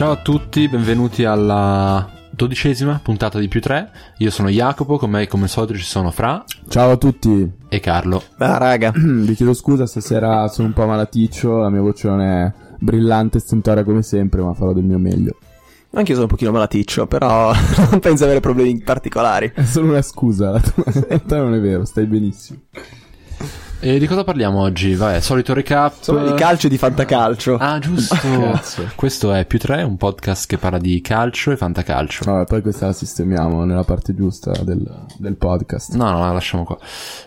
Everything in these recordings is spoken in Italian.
Ciao a tutti, benvenuti alla 12ª puntata di Più 3. Io sono Jacopo, con me come al solito ci sono Fra. Ciao a tutti. E Carlo. Ah raga, vi chiedo scusa, stasera sono un po' malaticcio, la mia voce non è brillante e stentoria come sempre, ma farò del mio meglio. Anch'io sono un pochino malaticcio, però non penso avere problemi particolari. È solo una scusa, in realtà non è vero, stai benissimo. E di cosa parliamo oggi? Vabbè, solito recap. Insomma, di calcio e di fantacalcio. Ah, giusto. Questo è Più 3, un podcast che parla di calcio e fantacalcio. Vabbè, poi questa la sistemiamo nella parte giusta del podcast. No, la lasciamo qua.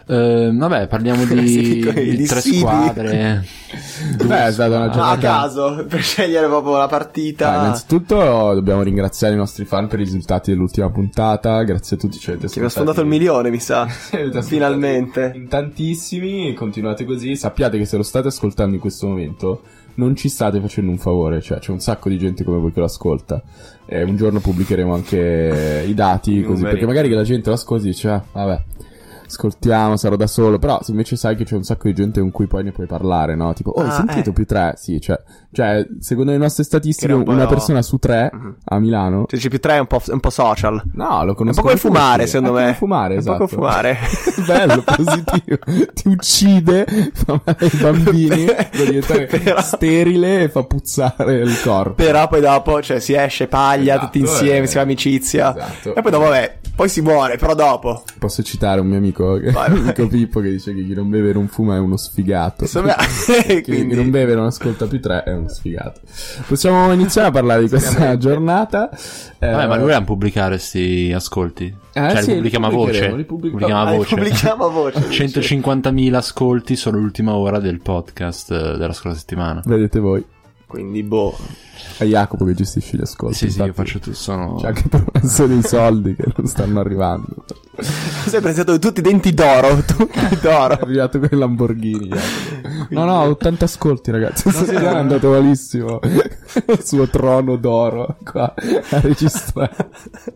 Vabbè, parliamo di tre squadre. Beh, è stata una giornata a caso, per scegliere proprio la partita. Innanzitutto dobbiamo ringraziare i nostri fan per i risultati dell'ultima puntata. Grazie a tutti, ci avete che mi ha sfondato il milione, mi sa. Finalmente. In tantissimi. Continuate così, sappiate che se lo state ascoltando in questo momento non ci state facendo un favore, cioè c'è un sacco di gente come voi che lo ascolta, e un giorno pubblicheremo anche i dati così, perché magari che la gente lo ascolti e dice vabbè, ascoltiamo, sarò da solo, però se invece sai che c'è un sacco di gente con cui poi ne puoi parlare, no? Tipo, hai sentito Più 3? Sì, cioè secondo le nostre statistiche una persona su 3 a Milano. Cioè dici Più 3 è un po' social. No, lo conosco. È un po' come fumare, secondo me. Fumare, esatto. È un po' come fumare. Bello, positivo. Ti uccide, fa male ai bambini, può diventare sterile e fa puzzare il corpo. Però poi dopo, cioè, si esce, paglia, esatto, tutti insieme, si fa amicizia. Esatto. E poi dopo, vabbè, poi si muore, però dopo. Posso citare un mio amico, amico Pippo, che dice che chi non beve e non fuma è uno sfigato. Quindi... Chi non beve e non ascolta Più 3 è uno sfigato. Possiamo iniziare a parlare di questa giornata. Vabbè, ma noi vogliamo pubblicare sti ascolti? Cioè sì, li pubblichiamo a voce? Pubblichiamo a voce. 150.000 ascolti solo l'ultima ora del podcast della scorsa settimana. Vedete voi. Quindi boh. È Jacopo che gestisce gli ascolti. Sì, io faccio tutto. C'è anche sono i soldi che non stanno arrivando. Sei presentato tutti i denti d'oro. È arrivato con i Lamborghini. No, 80 ascolti, ragazzi. Stasera è andato malissimo. Il suo trono d'oro qua a registrare.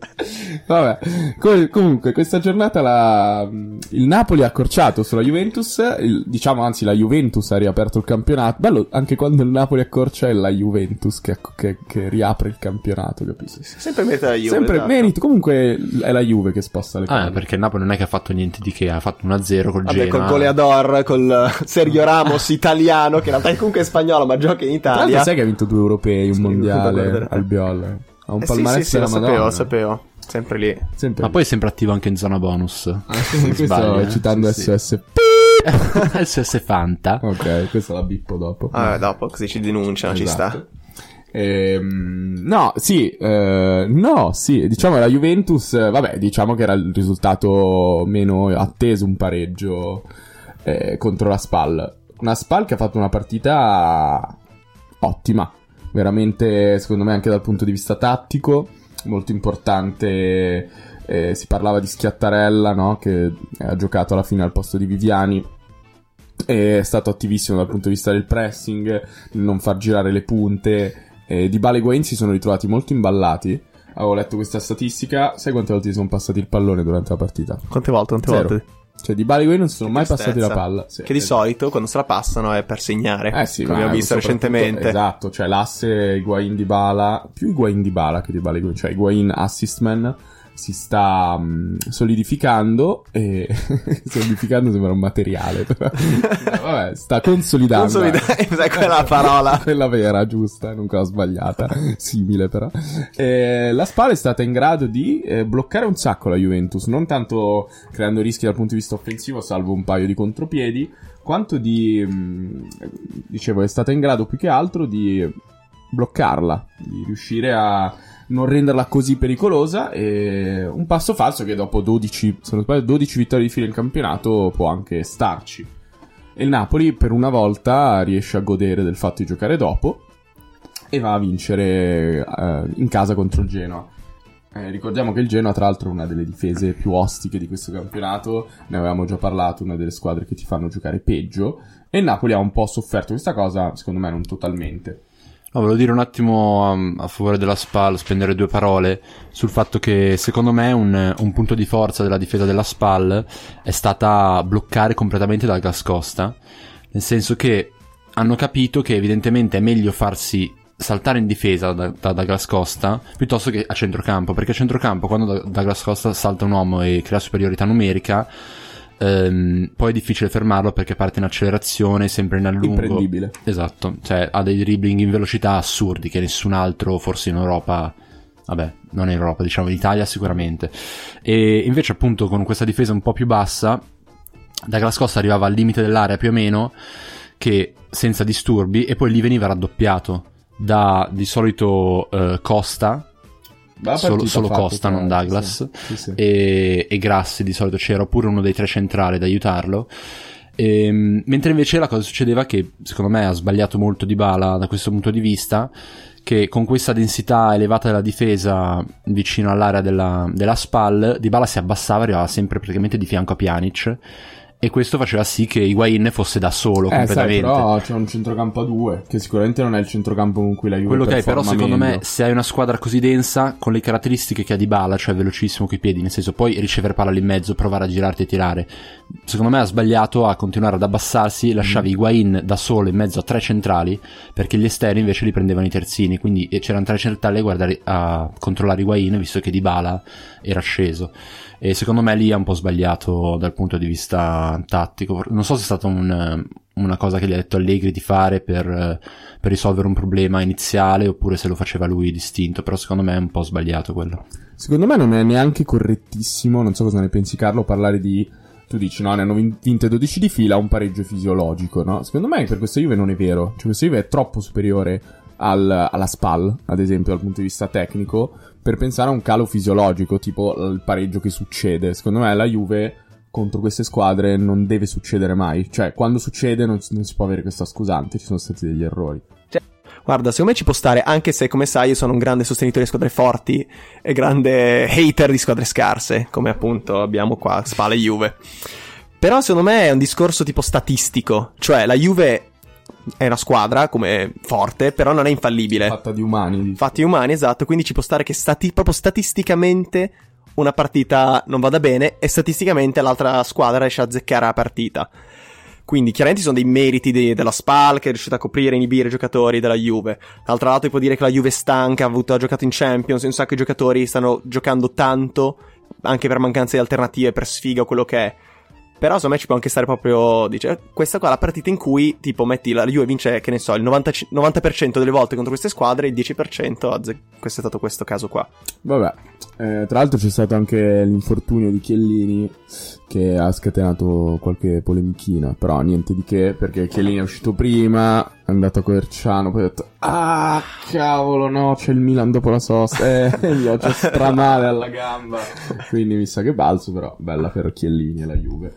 Vabbè. Comunque, questa giornata il Napoli ha accorciato sulla Juventus. Anzi, la Juventus ha riaperto il campionato. Bello, anche quando il Napoli accorcia è la Juventus che riapre il campionato, capisci? Sempre merito della Juve. Sempre esatto. Merito. Comunque è la Juve che sposta le cose. Perché il Napoli non è che ha fatto niente di che, ha fatto 1-0 col Genoa. Col goleador, col Sergio Ramos italiano, che in realtà è comunque spagnolo ma gioca in Italia. Tra l'altro sai che ha vinto 2 europei, un mondiale, Albiol. Ha un palmarès sì, della Madonna. Lo sapevo. Sempre lì. Ma poi è sempre attivo anche in zona bonus. Questo citando SS. SS Fanta. Ok, questa la bippo dopo. Dopo, così ci denunciano, esatto. No, sì, diciamo la Juventus, vabbè, diciamo che era il risultato meno atteso, un pareggio contro la Spal. Una Spal che ha fatto una partita ottima, veramente, secondo me anche dal punto di vista tattico, molto importante. Si parlava di Schiattarella, no? Che ha giocato alla fine al posto di Viviani. È stato attivissimo dal punto di vista del pressing, non far girare le punte. Dybala e Higuain si sono ritrovati molto imballati. Avevo letto questa statistica. Sai quante volte si sono passati il pallone durante la partita? Quante volte? Cioè Dybala e Higuain non si sono mai passati la palla. Sì, che di solito quando se la passano è per segnare. Sì, come abbiamo visto recentemente. Esatto, cioè l'asse Higuain Dybala, più Higuain Dybala che Dybala Higuain, cioè Higuain assist man, si sta solidificando e solidificando sembra un materiale, però vabbè, sta consolidando. Sai quella parola, quella vera, giusta, non quella sbagliata, simile però. La Spal è stata in grado di bloccare un sacco la Juventus, non tanto creando rischi dal punto di vista offensivo, salvo un paio di contropiedi, quanto dicevo, è stata in grado più che altro di bloccarla, di riuscire a non renderla così pericolosa, e un passo falso che dopo 12 vittorie di fila in campionato può anche starci. E il Napoli per una volta riesce a godere del fatto di giocare dopo e va a vincere in casa contro il Genoa. Ricordiamo che il Genoa tra l'altro è una delle difese più ostiche di questo campionato, ne avevamo già parlato, una delle squadre che ti fanno giocare peggio, e il Napoli ha un po' sofferto questa cosa, secondo me non totalmente. No, volevo dire un attimo a favore della Spal, spendere 2 parole sul fatto che secondo me un punto di forza della difesa della Spal è stata bloccare completamente Douglas Costa, nel senso che hanno capito che evidentemente è meglio farsi saltare in difesa da Douglas Costa piuttosto che a centrocampo, perché a centrocampo quando Douglas Costa salta un uomo e crea superiorità numerica, poi è difficile fermarlo perché parte in accelerazione, sempre in allungo. Imprendibile. Esatto, cioè ha dei dribbling in velocità assurdi che nessun altro, forse in Europa, vabbè, non in Europa, diciamo in Italia sicuramente. E invece appunto con questa difesa un po' più bassa, Douglas Costa arrivava al limite dell'area più o meno, che senza disturbi, e poi lì veniva raddoppiato da di solito Costa, solo Costa, non Douglas, sì. E Grassi di solito c'era, oppure uno dei tre centrali ad aiutarlo. Mentre invece la cosa succedeva che secondo me ha sbagliato molto Dybala da questo punto di vista, che con questa densità elevata della difesa vicino all'area della SPAL, Dybala si abbassava, arrivava sempre praticamente di fianco a Pjanic, e questo faceva sì che Higuain fosse da solo completamente. Sai, però c'è un centrocampo a due, che sicuramente non è il centrocampo con cui la Juve quello che è, però secondo meglio. me se hai una squadra così densa, con le caratteristiche che ha Dybala, cioè velocissimo coi piedi, nel senso poi ricevere palla lì in mezzo, provare a girarti e tirare, secondo me ha sbagliato a continuare ad abbassarsi, lasciavi Higuain da solo in mezzo a tre centrali, perché gli esterni invece li prendevano i terzini, quindi c'erano tre centrali a controllare Higuain, visto che Dybala era sceso. E secondo me lì è un po' sbagliato dal punto di vista tattico. Non so se è stata una cosa che gli ha detto Allegri di fare per risolvere un problema iniziale, oppure se lo faceva lui distinto, però secondo me è un po' sbagliato quello. Secondo me non è neanche correttissimo, non so cosa ne pensi Carlo, parlare di... Tu dici, no, ne hanno vinte 12 di fila, un pareggio fisiologico, no? Secondo me per questa Juve non è vero. Cioè questa Juve è troppo superiore alla SPAL, ad esempio, dal punto di vista tecnico, per pensare a un calo fisiologico, tipo il pareggio che succede. Secondo me la Juve contro queste squadre non deve succedere mai. Cioè, quando succede non si può avere questa scusante, ci sono stati degli errori. Guarda, secondo me ci può stare, anche se, come sai, io sono un grande sostenitore di squadre forti e grande hater di squadre scarse, come appunto abbiamo qua, Spal e Juve. Però secondo me è un discorso tipo statistico, cioè la Juve è una squadra come forte, però non è infallibile. Fatta di umani. Fatti umani, esatto, quindi ci può stare che proprio statisticamente una partita non vada bene e statisticamente l'altra squadra riesce a azzeccare la partita. Quindi chiaramente ci sono dei meriti della SPAL, che è riuscita a coprire e inibire i giocatori della Juve. Dall'altro lato può dire che la Juve è stanca, ha giocato in Champions, un sacco di giocatori stanno giocando tanto, anche per mancanza di alternative, per sfiga o quello che è. Però secondo me ci può anche stare proprio, dice, questa qua è la partita in cui, tipo, metti la Juve vince, che ne so, il 90% delle volte contro queste squadre, il 10% questo è stato questo caso qua. Vabbè, tra l'altro c'è stato anche l'infortunio di Chiellini, che ha scatenato qualche polemichina, però niente di che, perché Chiellini è uscito prima, è andato a Coverciano, poi ha detto, ah, cavolo, no, c'è il Milan dopo la sosta, gli ho già stramale alla gamba, quindi mi sa che balzo, però bella per Chiellini e la Juve.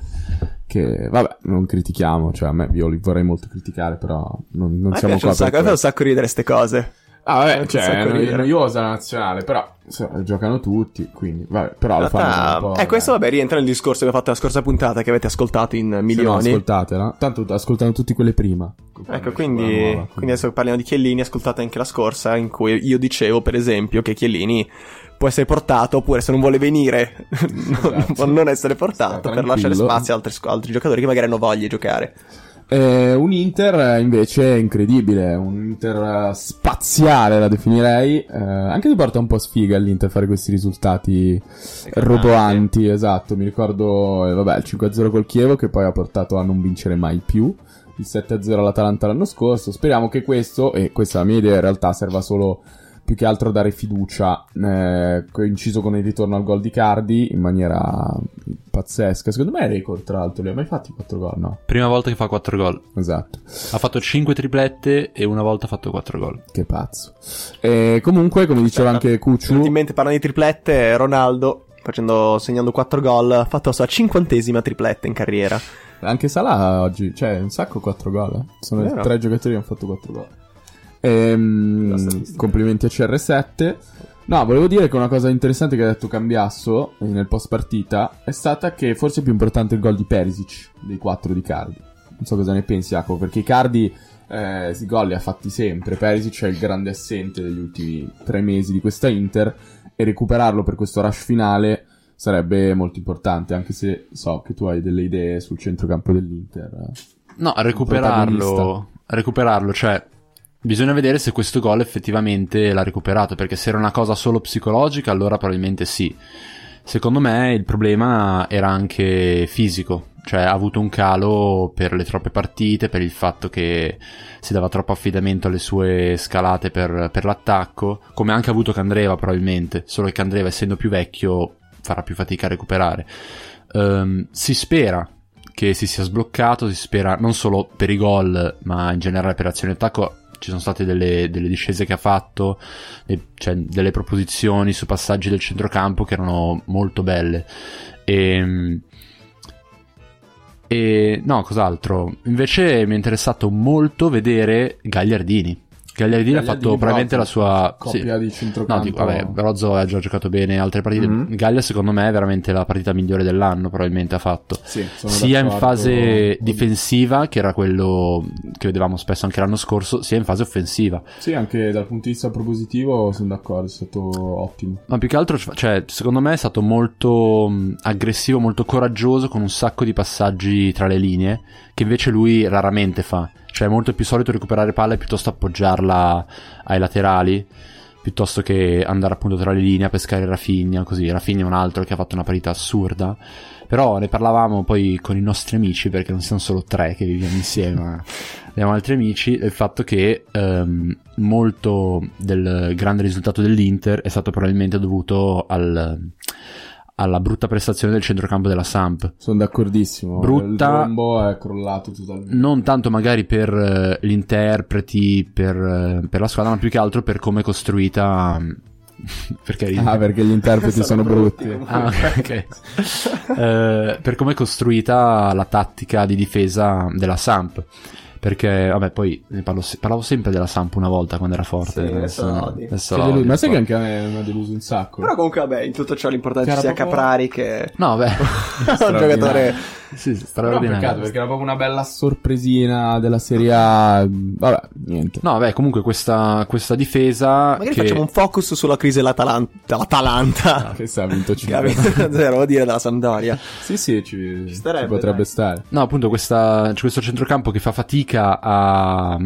Che vabbè, non critichiamo, cioè a me io li vorrei molto criticare, però non siamo qua per questo. Mi fa un sacco ridere ste cose. Ah vabbè, cioè è noiosa la nazionale, però giocano tutti, quindi vabbè, però lo fanno un po'. Questo vabbè rientra nel discorso che abbiamo fatto la scorsa puntata, che avete ascoltato in milioni. Se no, ascoltatela, tanto ascoltano tutti quelle prima. Ecco, quindi adesso parliamo di Chiellini, ascoltate anche la scorsa, in cui io dicevo per esempio che Chiellini può essere portato, oppure se non vuole venire può non essere portato, per lasciare spazio a altri giocatori che magari hanno voglia di giocare. Un Inter invece incredibile, un Inter spaziale la definirei, anche ti porta un po' sfiga l'Inter fare questi risultati roboanti, esatto, mi ricordo vabbè il 5-0 col Chievo che poi ha portato a non vincere mai più, il 7-0 all'Atalanta l'anno scorso. Speriamo che questo, e questa è la mia idea, in realtà serva solo più che altro a dare fiducia, coinciso con il ritorno al gol di Icardi in maniera pazzesca. Secondo me è record, tra l'altro. Li ha mai fatti 4 gol, no? Prima volta che fa 4 gol. Esatto. Ha fatto 5 triplette e una volta ha fatto 4 gol. Che pazzo. Comunque, come diceva anche Cucciu, in mente, parlando di triplette, Ronaldo segnando 4 gol, ha fatto la sua 50ª tripletta in carriera. Anche Salah oggi, cioè un sacco 4 gol. Sono 3 giocatori che hanno fatto 4 gol. Complimenti a CR7. No, volevo dire che una cosa interessante che ha detto Cambiasso nel post partita è stata che forse è più importante il gol di Perisic dei 4 di Icardi. Non so cosa ne pensi, Jacopo, perché Icardi i gol li ha fatti sempre. Perisic è il grande assente degli ultimi 3 mesi di questa Inter, e recuperarlo per questo rush finale sarebbe molto importante, anche se so che tu hai delle idee sul centrocampo dell'Inter. No, recuperarlo, cioè bisogna vedere se questo gol effettivamente l'ha recuperato, perché se era una cosa solo psicologica allora probabilmente sì. Secondo me il problema era anche fisico, cioè ha avuto un calo per le troppe partite, per il fatto che si dava troppo affidamento alle sue scalate per l'attacco, come ha anche avuto Candreva probabilmente, solo che Candreva, essendo più vecchio, farà più fatica a recuperare. Si spera che si sia sbloccato, si spera non solo per i gol ma in generale per azioni di attacco. Ci sono state delle discese che ha fatto, cioè delle proposizioni su passaggi del centrocampo che erano molto belle. E no, cos'altro? Invece mi è interessato molto vedere Gagliardini. Gagliardini ha fatto probabilmente la sua coppia di centrocampo. No, dico, vabbè, Brozzo ha già giocato bene altre partite. Gaglia secondo me è veramente la partita migliore dell'anno, probabilmente ha fatto. Sì, sia in fase difensiva, che era quello che vedevamo spesso anche l'anno scorso, sia in fase offensiva. Sì, anche dal punto di vista propositivo sono d'accordo, è stato ottimo. Ma più che altro, cioè, secondo me è stato molto aggressivo, molto coraggioso, con un sacco di passaggi tra le linee, che invece lui raramente fa. Cioè è molto più solito recuperare palle piuttosto appoggiarla ai laterali, piuttosto che andare appunto tra le linee a pescare Rafinha, così. Rafinha è un altro che ha fatto una partita assurda. Però ne parlavamo poi con i nostri amici, perché non siamo solo 3 che viviamo insieme, ma abbiamo altri amici, del fatto che molto del grande risultato dell'Inter è stato probabilmente dovuto alla brutta prestazione del centrocampo della Samp. Sono d'accordissimo. Brutta, il rombo è crollato totalmente. Non tanto magari per gli interpreti, per la squadra, ma più che altro per come è costruita. Perché gli interpreti sono brutti. Ok. Per come è costruita la tattica di difesa della Samp. Perché, vabbè, poi ne parlavo sempre della Samp una volta quando era forte. Sì, adesso ma sai che anche a me mi ha deluso un sacco. Però comunque, vabbè, in tutto ciò l'importante sia proprio... Caprari che... No, beh. un giocatore... Sì, straordinario. Peccato, perché era proprio una bella sorpresina della Serie A. Vabbè, niente. No, beh, comunque questa difesa. Magari facciamo un focus sulla crisi dell'Atalanta. Che sa, ha vinto 5. Che ha vinto 0, vuol dire, della Sampdoria. Sì, ci potrebbe stare. No, appunto, c'è questo centrocampo che fa fatica a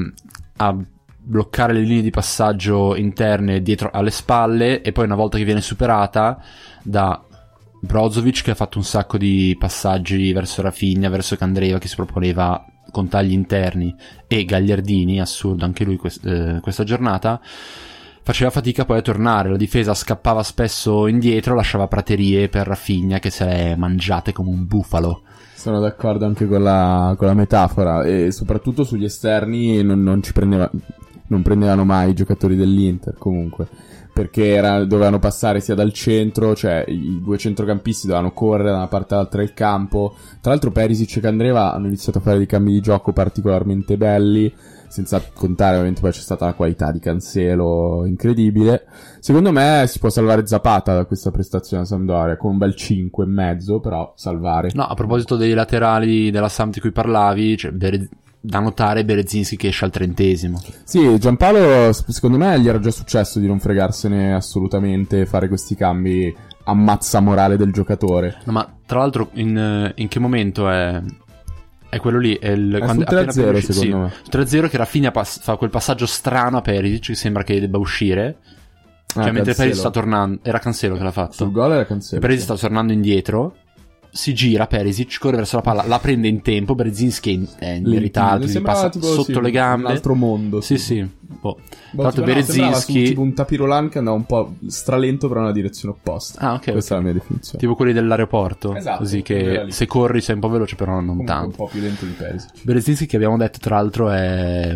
bloccare le linee di passaggio interne dietro alle spalle, e poi una volta che viene superata da Brozovic, che ha fatto un sacco di passaggi verso Rafinha, verso Candreva, che si proponeva con tagli interni, e Gagliardini, assurdo anche lui questa giornata, faceva fatica poi a tornare. La difesa scappava spesso indietro, lasciava praterie per Rafinha che se le mangiate come un bufalo. Sono d'accordo anche con la metafora, e soprattutto sugli esterni non prendevano mai i giocatori dell'Inter comunque, perché dovevano passare sia dal centro, cioè i due centrocampisti dovevano correre da una parte all'altra del campo. Tra l'altro Perisic e Candreva hanno iniziato a fare dei cambi di gioco particolarmente belli, senza contare ovviamente poi c'è stata la qualità di Cancelo incredibile. Secondo me si può salvare Zapata da questa prestazione a Sampdoria con un bel 5,5, però salvare. No, a proposito dei laterali della Samp di cui parlavi, cioè da notare Berezinski che esce al 30°. Sì, Giampaolo secondo me gli era già successo di non fregarsene assolutamente, fare questi cambi ammazza morale del giocatore. No, ma tra l'altro in che momento è quello lì? È quando sul 3-0 secondo me. 3-0 che Rafinha fa quel passaggio strano a Perisic che sembra che debba uscire. Cioè mentre Perisic sta tornando, era Cancelo che l'ha fatto. Sul gol era Cancelo. Perisic sta tornando indietro, si gira Perisic, corre verso la palla, la prende in tempo, Berezinski è irritato, gli passa tipo, sotto le gambe. Un altro mondo. Sì. Tra l'altro Berezinski tipo un tapirolan che andava un po' stralento però nella direzione opposta. Ah, ok. Questa è la mia definizione. Tipo quelli dell'aeroporto. Esatto. Così che se corri sei un po' veloce però non comunque tanto. Un po' più lento di Perisic. Berezinski, che abbiamo detto tra l'altro è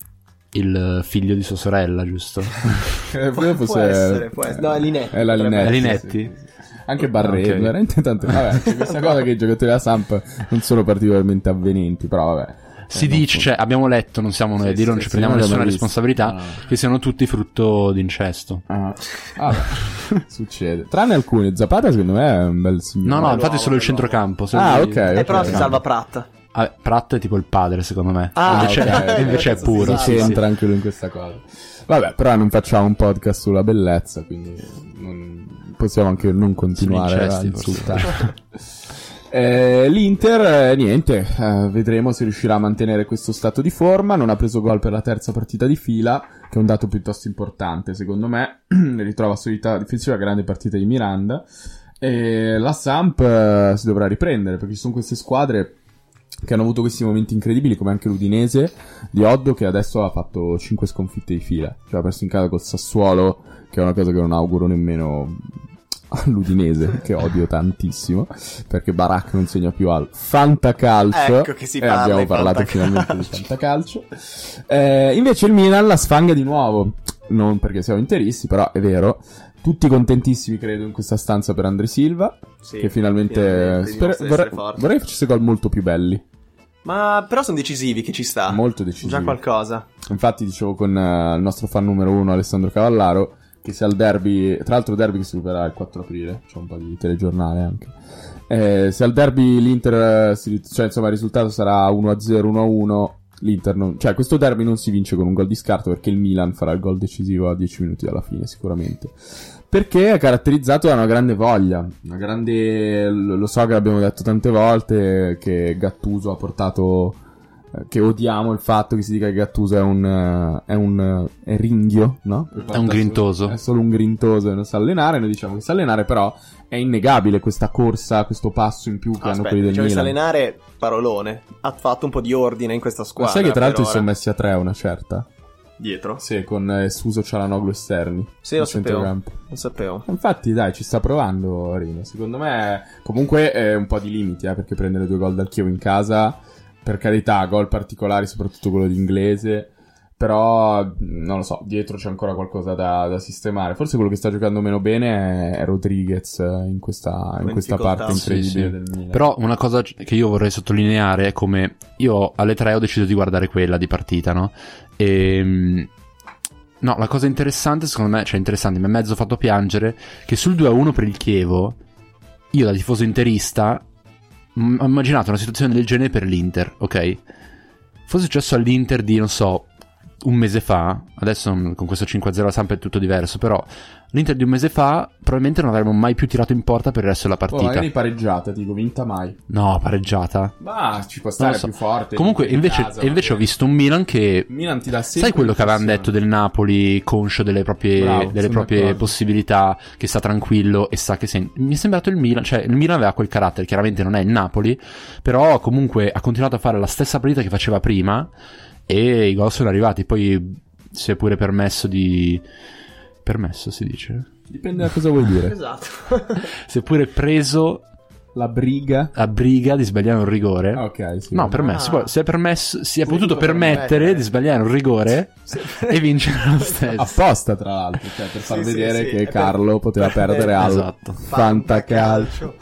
il figlio di sua sorella, giusto? Può essere. No, è Linetti. È la Linetti. È Linetti? Sì. Anche Barreto, Okay. veramente tante. Vabbè, c'è questa cosa che i giocatori della Samp non sono particolarmente avvenenti, però vabbè. Si dice, cioè abbiamo letto, non siamo noi a dirlo, non ci prendiamo nessuna responsabilità, che siano tutti frutto d'incesto. Beh, succede. Tranne alcuni, Zapata secondo me è un bel signore. No, infatti è solo il centrocampo. Ok. Però si salva Pratt. Pratt è tipo il padre, secondo me. Okay. Invece è puro. Si c'entra anche lui in questa cosa. Vabbè, però non facciamo un podcast sulla bellezza, quindi possiamo anche non continuare a insultare. L'Inter, niente, vedremo se riuscirà a mantenere questo stato di forma. Non ha preso gol per la terza partita di fila, che è un dato piuttosto importante secondo me. Ritrova solidità difensiva, grande partita di Miranda. E la Samp si dovrà riprendere, perché ci sono queste squadre che hanno avuto questi momenti incredibili, come anche l'Udinese di Oddo, che adesso ha fatto 5 sconfitte di fila, cioè ha perso in casa col Sassuolo, che è una cosa che non auguro nemmeno all'Udinese, che odio tantissimo, perché Barak non segna più al Fantacalcio. Ecco che si parla, abbiamo parlato finalmente di Fantacalcio. Invece il Milan la sfanga di nuovo, non perché siamo interisti, però è vero. Tutti contentissimi, credo, in questa stanza per André Silva, Sì, che finalmente vorrei facesse gol molto più belli. Ma però sono decisivi, che ci sta. Molto decisivi. Già qualcosa. Infatti dicevo con il nostro fan numero 1 Alessandro Cavallaro che se al derby, tra l'altro derby che si supererà il 4 aprile, c'è un po' di telegiornale anche, se al derby l'Inter cioè insomma il risultato sarà 1-0, 1-1, l'Inter non, cioè questo derby non si vince con un gol di scarto, perché il Milan farà il gol decisivo a 10 minuti dalla fine sicuramente, perché è caratterizzato da una grande voglia, una grande, lo so che l'abbiamo detto tante volte, che Gattuso ha portato, che odiamo il fatto che si dica che Gattuso è è ringhio, no? È un grintoso. È solo un grintoso e non sa allenare. Noi diciamo che sa allenare, però è innegabile questa corsa, questo passo in più che hanno quelli del Milan. Milan. Allenare, parolone, ha fatto un po' di ordine in questa squadra. Ma sai che tra l'altro si sono messi a 3 una certa? Dietro? Sì, con Suso Cialanoglu esterni. Sì, lo sapevo. Infatti, dai, ci sta provando Rino. Secondo me, comunque, è un po' di limiti, perché prendere 2 gol dal Chievo in casa, per carità, gol particolari, soprattutto quello di Inglese, però, non lo so, dietro c'è ancora qualcosa da sistemare. Forse quello che sta giocando meno bene è Rodriguez in questa parte incredibile del Milan. Però una cosa che io vorrei sottolineare è come io alle 3 ho deciso di guardare quella di partita, no? No, la cosa interessante secondo me, cioè interessante, mi ha mezzo fatto piangere, che sul 2-1 per il Chievo, io da tifoso interista ho immaginato una situazione del genere per l'Inter, ok? Fosse successo all'Inter di, non so, un mese fa, adesso con questo 5-0 alla Samp è tutto diverso, però l'Inter di un mese fa probabilmente non avremmo mai più tirato in porta per il resto della partita. Magari pareggiata, dico, vinta mai. No, pareggiata. Ma ci può stare più forte. Comunque invece ho visto un Milan che Milan ti dà sempre, sai quello che avevano detto del Napoli, conscio delle proprie possibilità, che sta tranquillo e sa che mi è sembrato il Milan, cioè il Milan aveva quel carattere, chiaramente non è il Napoli, però comunque ha continuato a fare la stessa partita che faceva prima e i gol sono arrivati. Poi si è pure permesso si dice? Dipende da cosa vuoi dire. Esatto. Si è pure preso la briga di sbagliare un rigore. Ok, sì. No, permesso. Si è potuto permettere di sbagliare un rigore e vincere lo stesso. Apposta, tra l'altro, cioè per far vedere che Carlo poteva perdere al Fantacalcio.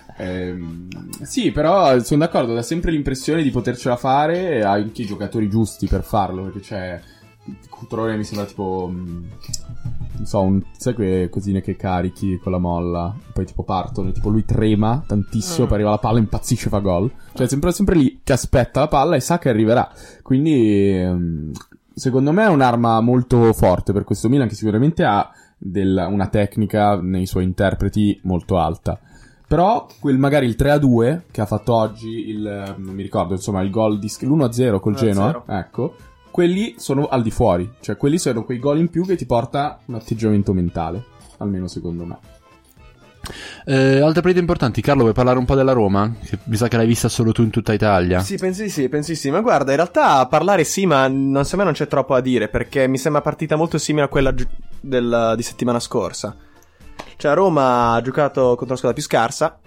Sì, però sono d'accordo, dà sempre l'impressione di potercela fare, e ha anche i giocatori giusti per farlo, perché c'è Cutrone, mi sembra tipo non so, sai quelle cosine che carichi con la molla, poi tipo partono, tipo lui trema tantissimo, poi arriva la palla, impazzisce, fa gol, cioè sempre lì che aspetta la palla e sa che arriverà, quindi secondo me è un'arma molto forte per questo Milan, che sicuramente ha una tecnica nei suoi interpreti molto alta. Però magari il 3-2 che ha fatto oggi non mi ricordo, insomma, il gol l'1-0 col Genoa, ecco, quelli sono al di fuori, cioè quelli sono quei gol in più che ti porta un atteggiamento mentale, almeno secondo me. Altre partite importanti. Carlo, vuoi parlare un po' della Roma? Che mi sa che l'hai vista solo tu in tutta Italia. Sì, penso di sì. Ma guarda, in realtà a parlare sì, ma secondo me non c'è troppo a dire, perché mi sembra partita molto simile a quella di settimana scorsa. Cioè Roma ha giocato contro una squadra più scarsa,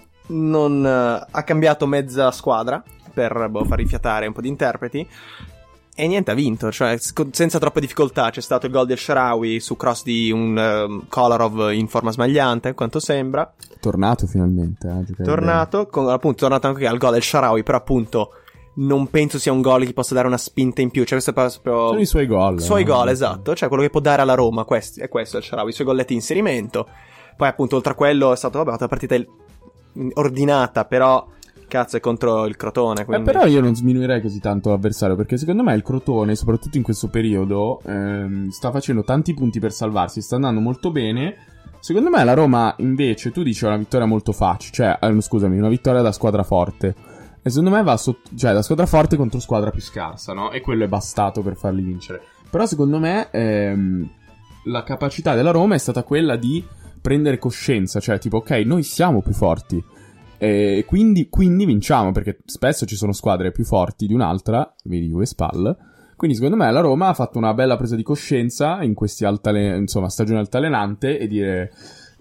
ha cambiato mezza squadra per far rifiatare un po' di interpreti, e niente, ha vinto, cioè senza troppe difficoltà. C'è stato il gol del Shaarawy su cross di un Kolarov in forma smagliante, quanto sembra. Tornato finalmente, tornato anche al gol del Shaarawy, però appunto non penso sia un gol che possa dare una spinta in più, cioè questo è proprio sono i suoi gol, esatto, cioè quello che può dare alla Roma, è questo il Shaarawy, i suoi golletti di inserimento. Poi appunto oltre a quello è stato una partita ordinata, però cazzo è contro il Crotone, quindi... Però io non sminuirei così tanto l'avversario, perché secondo me il Crotone, soprattutto in questo periodo, sta facendo tanti punti per salvarsi, sta andando molto bene, Secondo me la Roma invece, tu dici una vittoria molto facile, cioè, scusami, una vittoria da squadra forte. E secondo me va cioè da squadra forte contro squadra più scarsa, no? E quello è bastato per farli vincere. Però secondo me la capacità della Roma è stata quella di prendere coscienza, cioè tipo ok, noi siamo più forti e quindi vinciamo, perché spesso ci sono squadre più forti di un'altra, vedi Juve Spal. Quindi secondo me la Roma ha fatto una bella presa di coscienza in questi stagione altalenante e dire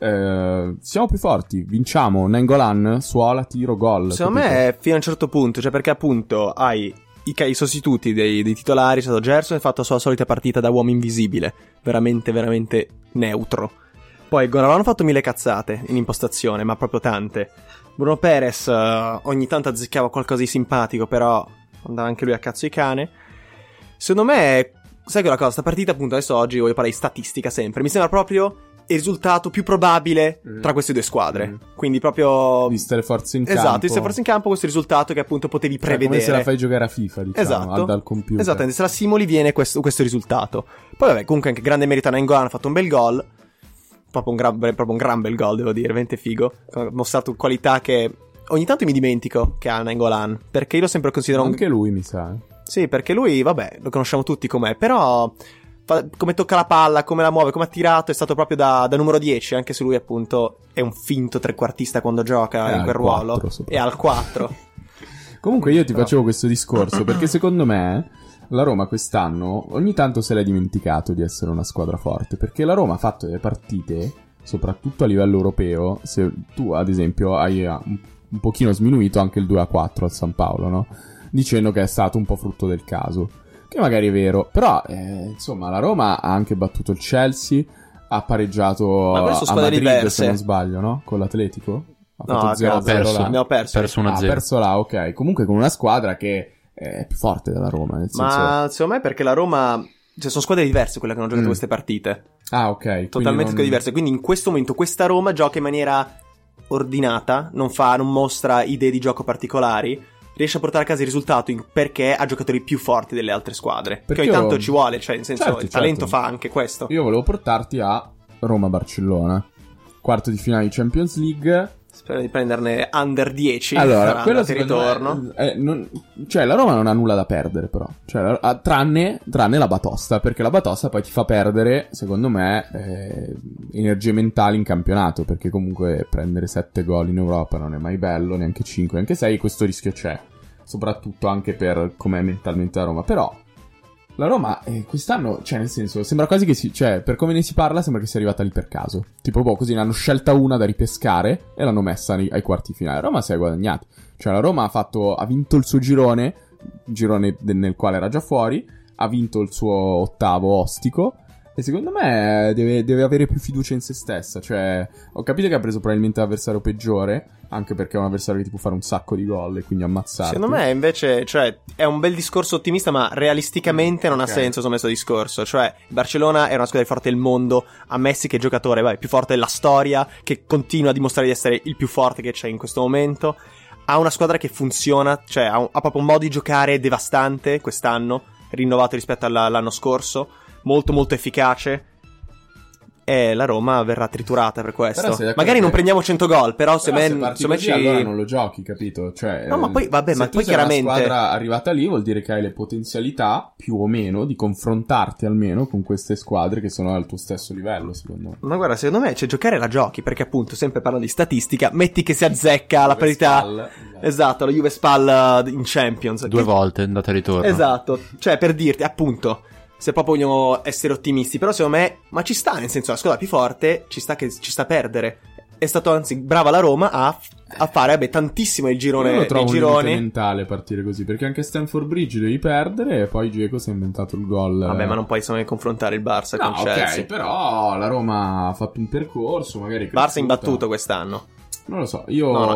siamo più forti, vinciamo, Nainggolan, suola, tiro, gol. Secondo me è fino a un certo punto, cioè perché appunto hai i sostituti dei titolari, è stato Gerson, ha fatto la sua solita partita da uomo invisibile, veramente veramente neutro. Poi Gonalon ha fatto 1000 cazzate in impostazione, ma proprio tante. Bruno Perez ogni tanto azzeccava qualcosa di simpatico, però andava anche lui a cazzo di cane. Secondo me, sai che la cosa, sta partita appunto adesso oggi voglio parlare di statistica sempre, mi sembra proprio il risultato più probabile tra queste due squadre. Quindi proprio viste le forze in campo. Esatto, viste le forze in campo, questo risultato che appunto potevi prevedere. Come se la fai giocare a FIFA, diciamo, esatto, dal computer. Esattamente, se la simuli viene questo risultato. Poi vabbè, comunque anche grande merito a Nainggolan, ha fatto un bel gol. Proprio un gran bel gol, devo dire, veramente figo. Ha mostrato qualità che ogni tanto mi dimentico che ha Nainggolan, perché io lo sempre considero anche lui, mi sa. Sì, perché lui, vabbè, lo conosciamo tutti com'è, però come tocca la palla, come la muove, come ha tirato, è stato proprio da numero 10, anche se lui appunto è un finto trequartista quando gioca in quel ruolo. E al 4. Comunque io ti facevo questo discorso perché secondo me la Roma quest'anno ogni tanto se l'è dimenticato di essere una squadra forte, perché la Roma ha fatto delle partite, soprattutto a livello europeo. Se tu ad esempio hai un pochino sminuito anche il 2-4 al San Paolo, no? Dicendo che è stato un po' frutto del caso, che magari è vero, però insomma la Roma ha anche battuto il Chelsea, ha pareggiato a Madrid diverse, se non sbaglio, no? Con l'Atletico ha perso 1-0. Ha perso là, ok. Comunque con una squadra che è più forte della Roma, nel senso... Ma secondo me perché la Roma, cioè sono squadre diverse quelle che hanno giocato queste partite. Ah, ok. Totalmente diverse, quindi in questo momento questa Roma gioca in maniera ordinata, non mostra idee di gioco particolari, riesce a portare a casa il risultato perché ha giocatori più forti delle altre squadre. Perché ogni tanto ci vuole, cioè nel senso il talento fa anche questo. Io volevo portarti a Roma-Barcellona, quarto di finale di Champions League. Spero di prenderne under 10. Allora, quello ritorno. Cioè la Roma non ha nulla da perdere, però. Cioè, tranne la batosta, perché la batosta poi ti fa perdere, secondo me, energie mentali in campionato, perché comunque prendere 7 gol in Europa non è mai bello, neanche 5, neanche 6, questo rischio c'è, soprattutto anche per com'è mentalmente la Roma. Però la Roma quest'anno, cioè nel senso, sembra quasi che cioè per come ne si parla sembra che sia arrivata lì per caso, tipo così ne hanno scelta una da ripescare e l'hanno messa ai quarti finali. La Roma si è guadagnata, cioè la Roma ha vinto il suo girone nel quale era già fuori, ha vinto il suo ottavo ostico e secondo me deve avere più fiducia in se stessa. Cioè ho capito che ha preso probabilmente l'avversario peggiore, anche perché è un avversario che ti può fare un sacco di gol e quindi ammazzarti. Secondo me invece, cioè, è un bel discorso ottimista, ma realisticamente non ha senso questo discorso. Cioè, Barcellona è una squadra più forte del mondo, ha Messi che è giocatore più forte della storia, che continua a dimostrare di essere il più forte che c'è in questo momento. Ha una squadra che funziona, cioè ha proprio un modo di giocare devastante quest'anno, rinnovato rispetto all'anno scorso, molto molto efficace. E la Roma verrà triturata per questo. Magari non prendiamo 100 gol, però se allora non lo giochi, capito? Cioè, no, ma poi vabbè, ma poi chiaramente una squadra arrivata lì vuol dire che hai le potenzialità più o meno di confrontarti almeno con queste squadre che sono al tuo stesso livello, secondo me. Ma guarda, secondo me giocare la giochi, perché appunto sempre parlando di statistica, metti che si azzecca la parità. Esatto, la Juve Spal in Champions 2 volte andata e ritorno. Esatto, cioè per dirti appunto, se proprio vogliamo essere ottimisti, però secondo me, ma ci sta, nel senso la squadra più forte ci sta a perdere. È stato anzi brava la Roma a fare tantissimo il girone. Io lo trovo un limite mentale partire così, perché anche a Stamford Bridge devi perdere e poi Dzeko si è inventato il gol. Vabbè, ma non puoi insomma confrontare il Barça con Chelsea. Ok, però la Roma ha fatto un percorso, magari Barça imbattuto quest'anno. Non lo so, io non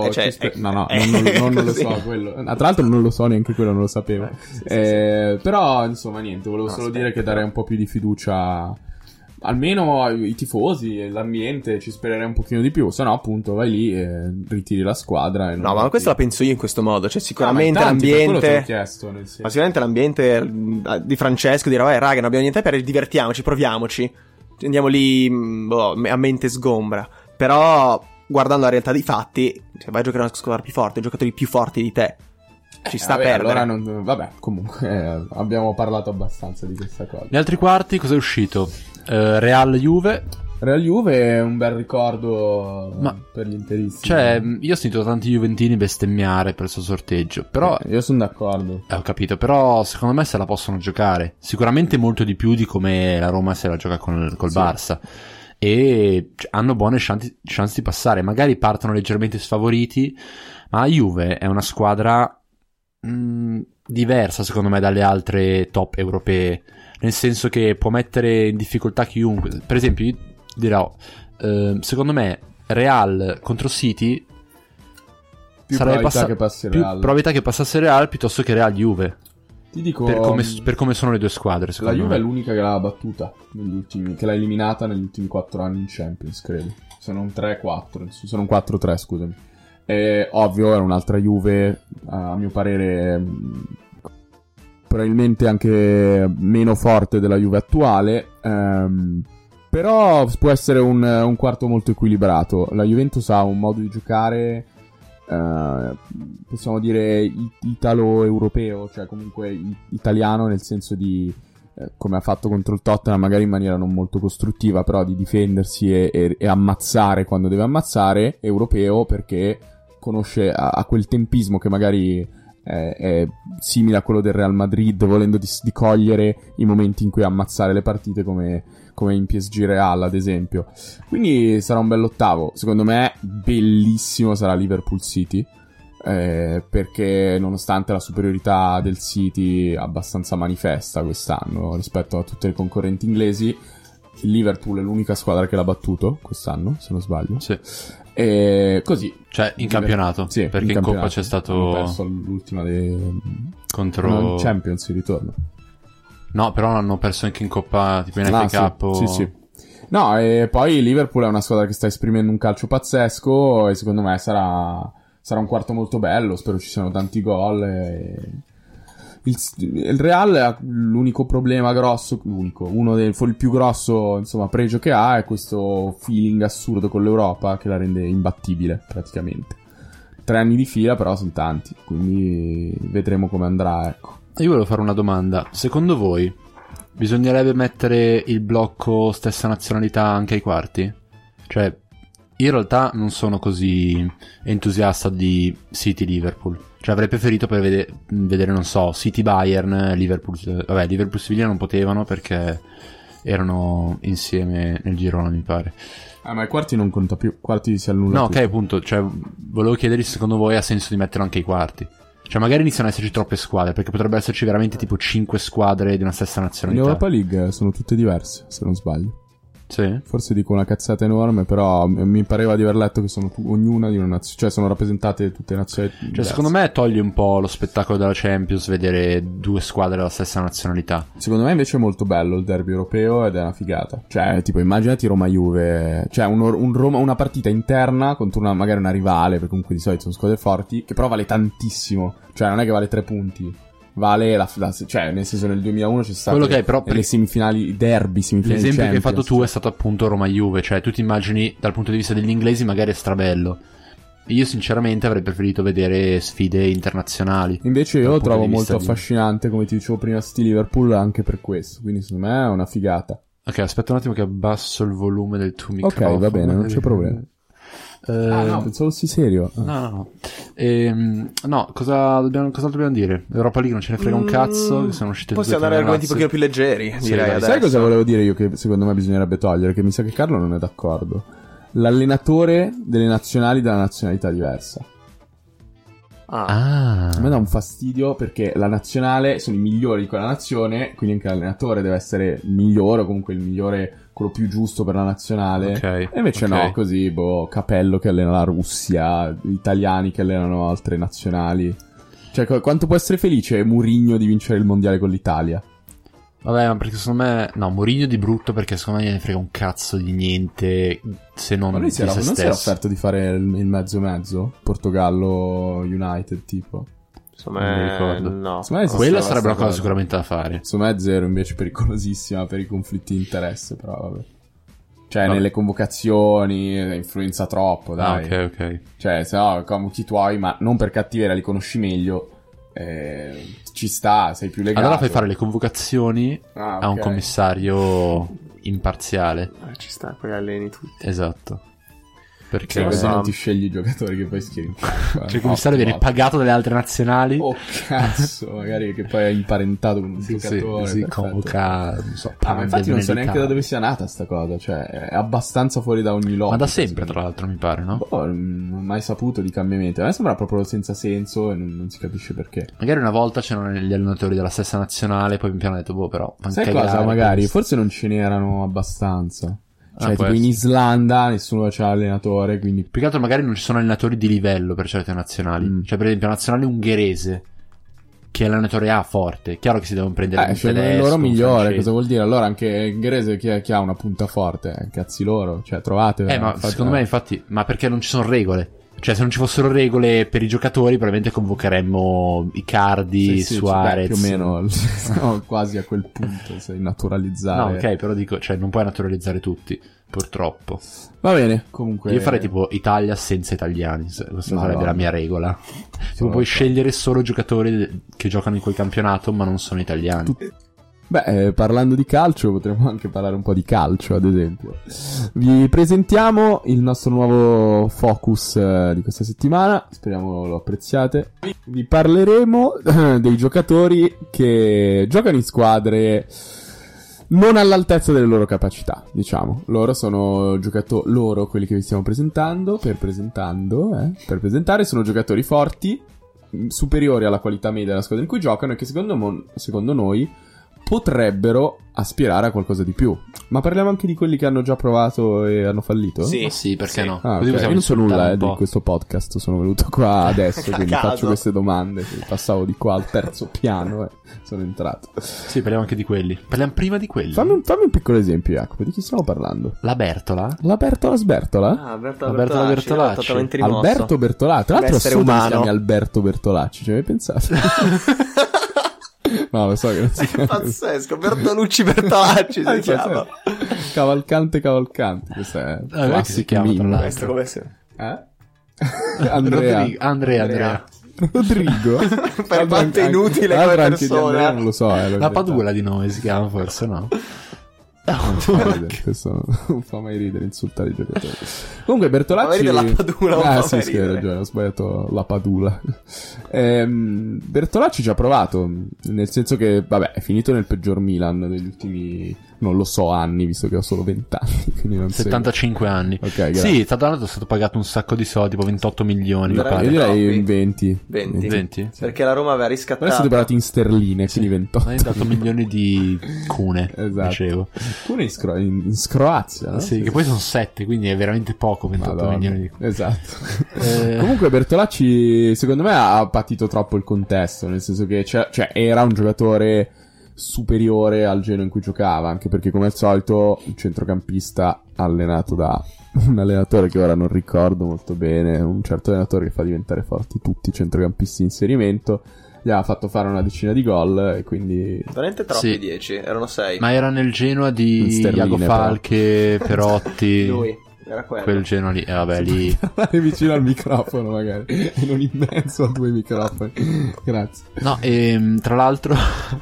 lo so quello. Tra l'altro non lo so, neanche quello non lo sapevo. Però insomma niente, volevo solo dire che darei un po' più di fiducia almeno ai tifosi e l'ambiente, ci spererei un pochino di più, se no appunto vai lì e ritiri la squadra e no, ma questa la penso io in questo modo, cioè sicuramente l'ambiente chiesto, ma sicuramente l'ambiente di Francesco dirà vai raga, non abbiamo niente per divertiamoci, proviamoci. andiamo lì a mente sgombra. Però, guardando la realtà dei fatti, se vai a giocare una squadra più forte, giocatori più forti di te, ci sta a perdere. Allora vabbè, comunque abbiamo parlato abbastanza di questa cosa. Gli altri quarti, cosa è uscito? Real Juve. Real Juve è un bel ricordo per gli interisti. Cioè, io ho sentito tanti juventini bestemmiare per il suo sorteggio, però... io sono d'accordo. Ho capito, però secondo me se la possono giocare. Sicuramente molto di più di come la Roma se la gioca col Barça. E hanno buone chance di passare. Magari partono leggermente sfavoriti, ma la Juve è una squadra diversa secondo me dalle altre top europee. Nel senso che può mettere in difficoltà chiunque. Per esempio, io dirò, secondo me Real contro City più probabilità che passi Real. Più probabilità che passasse Real piuttosto che Real Juve. Ti dico, per come sono le due squadre, la Juve è l'unica che l'ha battuta che l'ha eliminata negli ultimi 4 anni in Champions, credo. Se non 3-4, se non 4-3, scusami. Ovvio, era un'altra Juve, a mio parere probabilmente anche meno forte della Juve attuale, però può essere un quarto molto equilibrato. La Juventus ha un modo di giocare, possiamo dire italo-europeo, cioè comunque italiano, nel senso di come ha fatto contro il Tottenham, magari in maniera non molto costruttiva, però di difendersi e ammazzare quando deve ammazzare. Europeo perché conosce a quel tempismo che magari è simile a quello del Real Madrid, volendo di cogliere i momenti in cui ammazzare le partite come in PSG Real ad esempio. Quindi sarà un bell'ottavo. Secondo me bellissimo sarà Liverpool City, perché nonostante la superiorità del City abbastanza manifesta quest'anno rispetto a tutte le concorrenti inglesi, il Liverpool è l'unica squadra che l'ha battuto quest'anno, se non sbaglio. Sì. E così, cioè in campionato, sì, perché in Coppa c'è stato, hanno perso l'ultima contro Champions, si ritorna. No, però hanno perso anche in Coppa, tipo in FA Cup. Sì. No, e poi il Liverpool è una squadra che sta esprimendo un calcio pazzesco e secondo me sarà un quarto molto bello. Spero ci siano tanti gol. Il Real ha l'unico problema grosso, il più grosso, insomma, pregio che ha è questo feeling assurdo con l'Europa che la rende imbattibile praticamente. 3 anni di fila però sono tanti, quindi vedremo come andrà, ecco. Io volevo fare una domanda. Secondo voi bisognerebbe mettere il blocco stessa nazionalità anche ai quarti? Cioè, io in realtà non sono così entusiasta di City-Liverpool. Cioè avrei preferito per vedere, non so, City-Bayern, Liverpool... Vabbè, Liverpool-Sevilla non potevano perché erano insieme nel girone, mi pare. Ma i quarti non conta più, quarti si annulla. No, ok, appunto, cioè volevo chiedervi se secondo voi ha senso di metterlo anche ai quarti. Cioè magari iniziano ad esserci troppe squadre, perché potrebbero esserci veramente tipo 5 squadre di una stessa nazionalità. In Europa League sono tutte diverse, se non sbaglio. Sì. Forse dico una cazzata enorme, però mi pareva di aver letto che sono ognuna di una nazione, cioè sono rappresentate tutte le nazioni diverse. Cioè secondo me toglie un po' lo spettacolo della Champions vedere 2 squadre della stessa nazionalità. Secondo me invece è molto bello il derby europeo ed è una figata. Cioè tipo immaginati Roma-Juve, cioè una partita interna contro magari una rivale, perché comunque di solito sono squadre forti, che però vale tantissimo. Cioè non è che vale 3 punti, vale cioè nel senso nel 2001 c'è stato quello che è, però le semifinali, i derby semifinali. L'esempio che hai fatto tu cioè. è stato appunto Roma-Juve, cioè tu ti immagini dal punto di vista degli inglesi magari è strabello. Io sinceramente avrei preferito vedere sfide internazionali. Invece io trovo molto affascinante, come ti dicevo prima, City Liverpool anche per questo, quindi secondo me è una figata. Ok, aspetta un attimo che abbasso il volume del tuo microfono. Ok, va bene, non c'è problema. No, pensavo sia serio. No. No, cos'altro dobbiamo dire? L'Europa League non ce ne frega un cazzo. Sono uscite possiamo andare a argomenti un pochino più leggeri, sì, direi. Sai cosa volevo dire io che secondo me bisognerebbe togliere? Che mi sa che Carlo non è d'accordo. L'allenatore delle nazionali della nazionalità diversa. A me dà un fastidio perché la nazionale sono i migliori di quella nazione, quindi anche l'allenatore deve essere il migliore, o comunque il migliore, quello più giusto per la nazionale. Okay, e invece no, così Capello che allena la Russia, italiani che allenano altre nazionali. Cioè quanto può essere felice Mourinho di vincere il mondiale con l'Italia? Vabbè, ma perché secondo me... No, Mourinho di brutto perché secondo me ne frega un cazzo di niente se non di se stesso. Non si era offerto di fare il mezzo? Portogallo United tipo? Insomma, non mi ricordo. No. Quella sarebbe una cosa sicuramente da fare. Insomma è zero, invece pericolosissima per i conflitti di interesse, però vabbè. Cioè, Vabbè. nelle convocazioni influenza troppo, dai. Ok. Cioè, se no, convochi tuoi, ma non per cattiveria, li conosci meglio. Ci sta, sei più legato. Allora fai fare le convocazioni a un ok. commissario imparziale. Ci sta, poi alleni tutti. Esatto. Perché Cioè, così no. non ti scegli i giocatori che poi schieri in campo. cioè, il commissario viene pagato dalle altre nazionali. Oh cazzo, magari che poi è imparentato con un giocatore. si perfetto. convoca, non so, Ma infatti non so Benedicano. neanche da dove sia nata sta cosa. Cioè, è abbastanza fuori da ogni logica. Ma da sempre, tra l'altro, mi pare, no? Boh, non ho mai saputo di cambiamenti. A me sembra proprio senza senso e non si capisce perché. Magari una volta c'erano gli allenatori della stessa nazionale, poi mi hanno detto, boh, però... Sai cosa? Magari, forse non ce n'erano abbastanza. Cioè, può tipo in essere. Islanda nessuno c'era allenatore, quindi... Più che altro magari non ci sono allenatori di livello per certe nazionali. Cioè, per esempio, la nazionale ungherese, che allenatore ha forte. Chiaro che si devono prendere un cioè tedesco, il loro un migliore, francese. cosa vuol dire? Allora anche in inglese chi ha una punta forte? Cazzi loro, cioè trovate... Ma secondo me, infatti, ma perché non ci sono regole? Cioè, se non ci fossero regole per i giocatori, probabilmente convocheremmo Icardi, sì, Suarez. più o meno siamo quasi a quel punto, se naturalizzare. No, ok, però dico, cioè, non puoi naturalizzare tutti, purtroppo. Va bene, comunque... Io farei tipo Italia senza italiani, questa Madonna. sarebbe la mia regola. Tipo, puoi so. scegliere solo giocatori che giocano in quel campionato, ma non sono italiani. Beh, parlando di calcio, potremmo anche parlare un po' di calcio, ad esempio. Vi presentiamo il nostro nuovo focus di questa settimana, speriamo lo apprezziate. Vi parleremo dei giocatori che giocano in squadre non all'altezza delle loro capacità, diciamo. Loro sono loro quelli che vi stiamo presentando, per presentare, sono giocatori forti, superiori alla qualità media della squadra in cui giocano e che secondo noi potrebbero aspirare a qualcosa di più. Ma parliamo anche di quelli che hanno già provato e hanno fallito? Sì. Ma sì, perché Sì. no? Ah, Così ok. possiamo Io non so insultare nulla un di po'. questo podcast, sono venuto qua adesso, A quindi caso. faccio queste domande. Passavo di qua al terzo piano e sono entrato. Sì, parliamo anche di quelli. Parliamo prima di quelli. Fammi un piccolo esempio, Jacopo, di chi stiamo parlando? La Bertola? La Bertola Sbertola? Ah, Alberto Bertolacci, Bertolacci. totalmente rimosso. Alberto Bertolacci. Tra l'altro L'essere assurdo che si umano. chiami Alberto Bertolacci, ci avevi pensato? No, lo so che non si chiama così. Pazzesco, Bertolucci Bertolacci si chiama. Cavalcante, questa è come si chiama, tra l'altro? Questo come si... Andrea. Andrea. Rodrigo. Per quanto è inutile come L'altro anche di persona. Andrea non lo so. La Padula di nome si chiama, forse, no? Non fa ridere, questo non fa mai ridere insultare i giocatori. Comunque Bertolacci... Fa mai ridere la Padula, non Ah fa sì, mai sì, hai ridere. ragione, ho sbagliato la Padula. Bertolacci ci ha provato, nel senso che, vabbè, è finito nel peggior Milan degli ultimi, non lo so, anni, visto che ho solo 20 anni, quindi non seguo. 75 anni. Ok, grazie. Sì, tra l'altro è stato pagato un sacco di soldi, tipo 28 milioni, mi Veramente? pare. Io direi Troppi. 20. 20. 20? Perché la Roma aveva Però è stato riscattato. pagato in sterline, quindi 28. 28 milioni di cune, Esatto. dicevo. Pure in Croazia, no? Sì, che poi sono 7, quindi è veramente poco, 28 Madonna. milioni di cune. Esatto. Comunque Bertolacci secondo me ha patito troppo il contesto, nel senso che cioè, era un giocatore superiore al Genoa in cui giocava, anche perché come al solito un centrocampista allenato da un allenatore che ora non ricordo molto bene, un certo allenatore che fa diventare forti tutti i centrocampisti in inserimento, gli ha fatto fare una decina di gol e quindi Veramente troppi Sì. 10, erano 6. Ma era nel Genoa In di sterline, Iago Falche, Perotti, Lui, era quello. quel Genoa lì. Vabbè, lì... parlare vicino al microfono magari e non in mezzo a due microfoni. Grazie. No, e tra l'altro...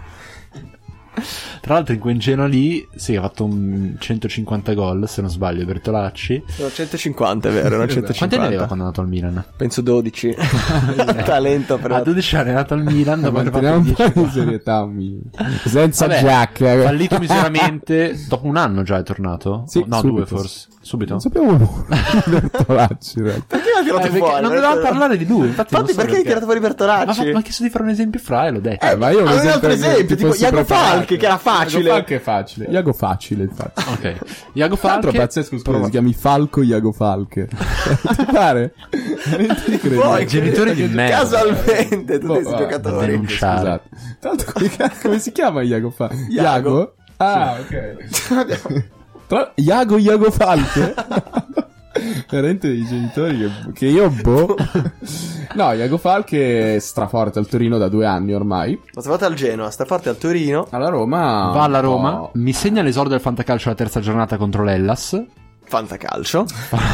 Tra l'altro in quel Genoa lì, sì, ha fatto un 150 gol, se non sbaglio, Bertolacci. Sono 150, è vero, erano 150. Quanti anni aveva quando è andato al Milan? Penso 12. Talento però. A 12 anni è andato al Milan, dopo aver Manteniamo fatto un 10 po' di gol. serietà senza Vabbè, Jack. fallito miseramente, dopo un anno già è tornato? Sì, no, subito. 2 forse. Subito? Non sappiamo Bertolacci in realtà. Perché l'ha tirato Perché fuori? non dovevamo parlare di lui, infatti non so perché hai tirato fuori Bertolacci? Ma ha chiesto di fare un esempio fra e l'ho detto. Ma io avevo un altro che esempio, ti tipo fossi Iago preparato. Falche, che era facile. Iago Falche è facile. Iago facile, infatti. Ok. Iago Tra l'altro Falche... pazzesco, scusa, si chiami Falco Iago Falche. Ti pare? Veramente ti credo. Poi, genitori di merda. Casualmente, tutti questi Vabbè, giocatori. denunciare. Scusate. Tra l'altro, come si chiama Iago Falche? Iago? Ah, ok. Iago Falche? Veramente i genitori che io No, Iago Falche è straforte al Torino da 2 anni ormai. Ma stavate al Genoa, sta forte al Torino. Alla Roma Va alla un Roma, po'. mi segna l'esordio del fantacalcio alla terza giornata contro l'Hellas. Fantacalcio.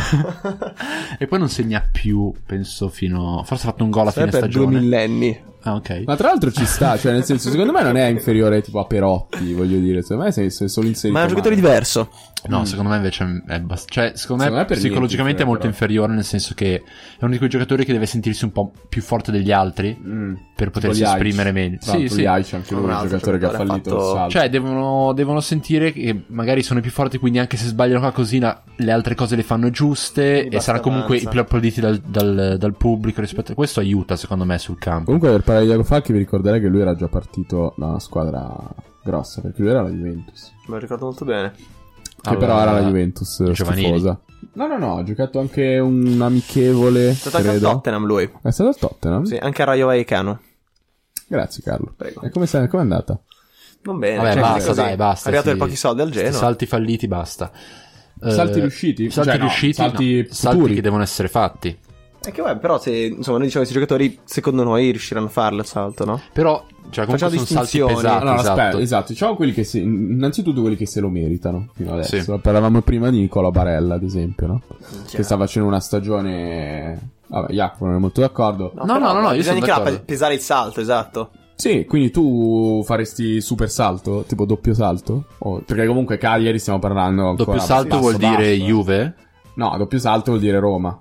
E poi non segna più, penso, forse ha fatto un gol a fine per stagione. 2 millenni. Ah, ok. Ma tra l'altro ci sta, cioè nel senso, secondo me non è inferiore tipo a Perotti, voglio dire, secondo me sei solo inserito Ma è un giocatore male. diverso. No, secondo me invece è cioè, secondo me per psicologicamente niente, è molto però. inferiore, nel senso che è uno di quei giocatori che deve sentirsi un po' più forte degli altri per potersi Tipo gli esprimere Aic. meglio. Tra l'altro gli Aic, anche lui è un altro giocatore che ha giocatore fallito ha il fatto- salto. Cioè, devono sentire che magari sono i più forti, quindi anche se sbagliano qualcosina, le altre cose le fanno giuste Quindi e saranno comunque basta i più applauditi dal pubblico rispetto a questo. Aiuta, secondo me, sul campo. Comunque per parlare di Iago Falchi vi ricorderei che lui era già partito da una squadra grossa, perché lui era la Juventus. Me lo ricordo molto bene. Che però era la Juventus giovanili. schifosa. No, ha giocato anche un amichevole, È stato anche al credo. Tottenham lui. È stato al Tottenham? Sì, anche a Rayo Vallecano. Grazie Carlo. Prego. E com'è andata? Non bene. Vabbè, cioè, basta, così. dai, basta. È arrivato sì. per pochi soldi al Sti Genoa. salti falliti, basta. Salti riusciti? Salti Cioè, no, riusciti, salti no, salti futuri. che devono essere fatti. E che vabbè, però se insomma noi diciamo questi giocatori secondo noi riusciranno a farlo il salto, no? Però, cioè, comunque Facciamo sono salti distinzioni. pesati. Allora, esatto. aspetta, esatto. Diciamo quelli che innanzitutto quelli che se lo meritano fino adesso. Sì. Parlavamo prima di Nicola Barella, ad esempio, no? Che sta facendo una stagione. Vabbè, Jacopo non è molto d'accordo. No, io bisogna sono anche là d'accordo. pesare il salto, esatto. Sì, quindi tu faresti super salto, tipo doppio salto? Perché comunque Cagliari stiamo parlando ancora. Doppio salto basso, vuol dire basso. Juve? No, doppio salto vuol dire Roma.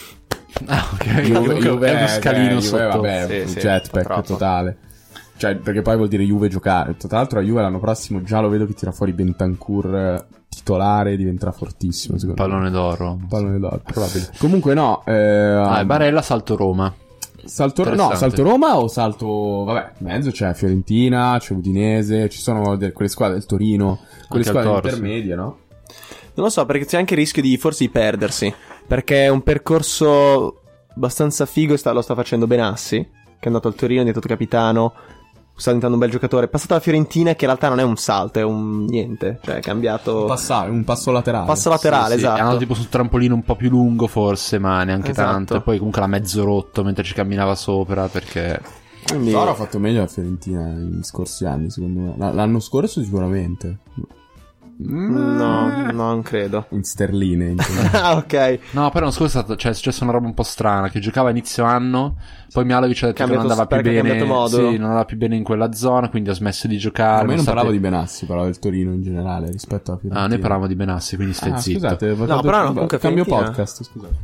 Ah, ok. Juve, è uno scalino Juve, sotto. vabbè, Sì, jetpack troppo. totale. Cioè, perché poi vuol dire Juve giocare. Tra l'altro la Juve l'anno prossimo già lo vedo che tira fuori Bentancur titolare, diventerà fortissimo, secondo Pallone d'oro. me. Pallone d'oro, probabile. Comunque no, Barella, salto Roma. salto Roma o salto, vabbè, in mezzo c'è Fiorentina, c'è Udinese, ci sono quelle squadre del Torino, quelle Anche al squadre Toro, intermedie, no? Non lo so, perché c'è anche il rischio di forse di perdersi. Perché è un percorso abbastanza figo e lo sta facendo Benassi, che è andato al Torino, è diventato capitano, sta diventando un bel giocatore. È passato alla Fiorentina, che in realtà non è un salto, è un niente. Cioè è cambiato. Un passo laterale. Passo laterale, Sì, esatto. è andato tipo sul trampolino un po' più lungo forse, ma neanche Esatto. tanto. E poi comunque l'ha mezzo rotto mentre ci camminava sopra, perché... Quindi Toro ha fatto meglio la Fiorentina negli scorsi anni, secondo me. L'anno scorso sicuramente. no, non credo. In sterline. in Ah, ok. No, però l'anno scorso è successa una roba un po' strana, che giocava a inizio anno, poi Mialovic ha detto che non andava più perché ha bene, cambiato modo. sì, non andava più bene in quella zona, quindi ha smesso di giocare. Ma io non nonostante- parlavo di Benassi, parlavo del Torino in generale rispetto alla Fiorentina. Ah, noi parlavamo di Benassi, quindi stai zitto. Scusate, No, però no, comunque cambio Fiorentina. podcast, scusate.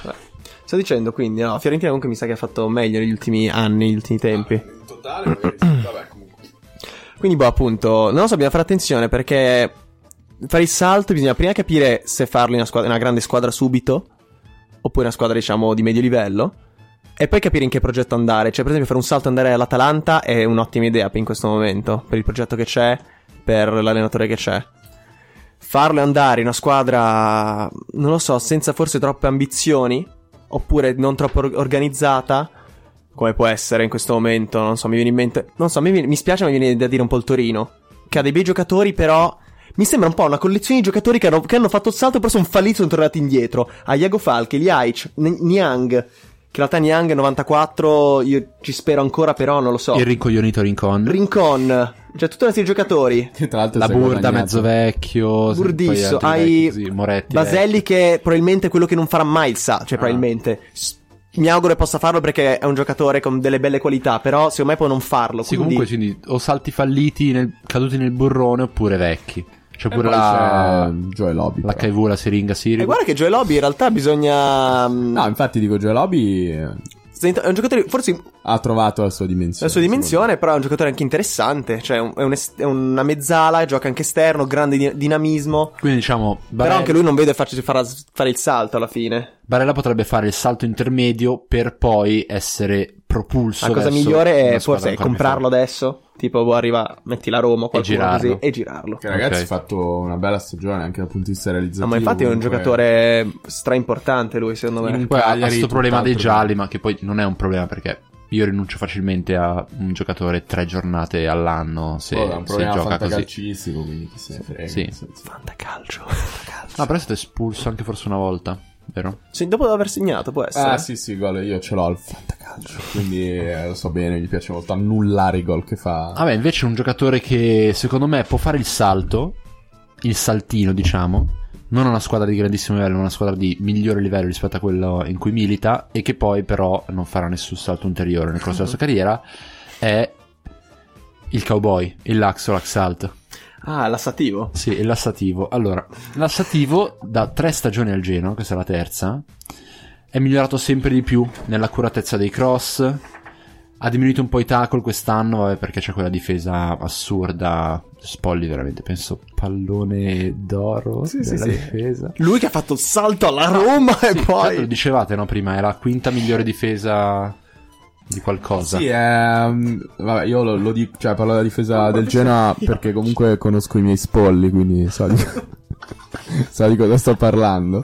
Sto dicendo quindi, no, Fiorentina comunque mi sa che ha fatto meglio negli ultimi anni, negli ultimi tempi. In totale, magari sì, vabbè, comunque. Quindi, boh, appunto, non lo so, bisogna fare attenzione perché fare il salto bisogna prima capire se farlo in una grande squadra subito, oppure una squadra, diciamo, di medio livello, e poi capire in che progetto andare. Cioè, per esempio, fare un salto e andare all'Atalanta è un'ottima idea in questo momento, per il progetto che c'è, per l'allenatore che c'è. Farlo e andare in una squadra, non lo so, senza forse troppe ambizioni, oppure non troppo organizzata, come può essere in questo momento, non so, mi viene in mente, non so, mi spiace, ma mi viene da dire un po' il Torino, che ha dei bei giocatori, però mi sembra un po' una collezione di giocatori che hanno fatto il salto e poi sono falliti, sono tornati indietro. A Iago Falchi, gli Aic, Niang, che in realtà Niang 94 io ci spero ancora, però non lo so. Il rincoglionito Rincon. Rincon, cioè tutta una serie di giocatori. Che tra l'altro La si è Burda, guadagnato. mezzo vecchio. Burdisso, poi altri hai vecchi, così, Moretti. Baselli vecchio. che probabilmente è quello che non farà mai il salto, cioè probabilmente. Mi auguro che possa farlo perché è un giocatore con delle belle qualità, però secondo me può non farlo. Sì, quindi... comunque quindi, o salti falliti caduti nel burrone oppure vecchi. C'è E pure poi la c'è Joel Lobby. però. l'HIV, la siringa E sirico. guarda che Joel Lobby in realtà bisogna... No, infatti dico Joel Lobby È un giocatore, forse ha trovato la sua dimensione. la sua dimensione, però è un giocatore anche interessante. Cioè è una mezzala, gioca anche esterno, grande dinamismo. Quindi diciamo Però anche lui non vede facile fare il salto alla fine. Barella potrebbe fare il salto intermedio per poi essere propulso La cosa verso migliore una è squadra forse ancora più comprarlo forte. adesso. Tipo, metti la Roma o qualcuno girarlo. così e girarlo. Che ragazzi Ok. ha fatto una bella stagione anche dal punto di vista realizzativo. No, ma infatti è un comunque. giocatore stra importante lui, secondo me. In Poi ha Cagliari, questo problema dei tutt'altro. gialli, ma che poi non è un problema perché io rinuncio facilmente a un giocatore 3 giornate all'anno se, È un se problema gioca così. fantacalcistico, quindi chi se ne frega. Sì. nel senso. Fantacalcio. No, però è stato espulso anche forse una volta, vero? Sì, dopo aver segnato, può essere. Ah sì, gol, io ce l'ho al fantacalcio, quindi lo so bene, mi piace molto annullare i gol che fa. Vabbè, invece è un giocatore che secondo me può fare il salto, il saltino diciamo, non è una squadra di grandissimo livello, ma una squadra di migliore livello rispetto a quello in cui milita, e che poi però non farà nessun salto ulteriore nel corso della sua carriera, è il Cowboy, il Laxo Laxalt. Ah, l'assativo? Sì, il Lassativo. Allora, l'assativo da 3 stagioni al Genoa, questa è la terza, è migliorato sempre di più nell'accuratezza dei cross, ha diminuito un po' i tackle quest'anno, vabbè, perché c'è quella difesa assurda. Spolli veramente, penso pallone d'oro della difesa. Lui che ha fatto il salto alla Roma e poi... Lo dicevate, no, prima, è la quinta migliore difesa di qualcosa. Sì, vabbè, io lo dico, cioè parlo della difesa del Genoa perché comunque conosco i miei spolli, quindi so di cosa sto parlando.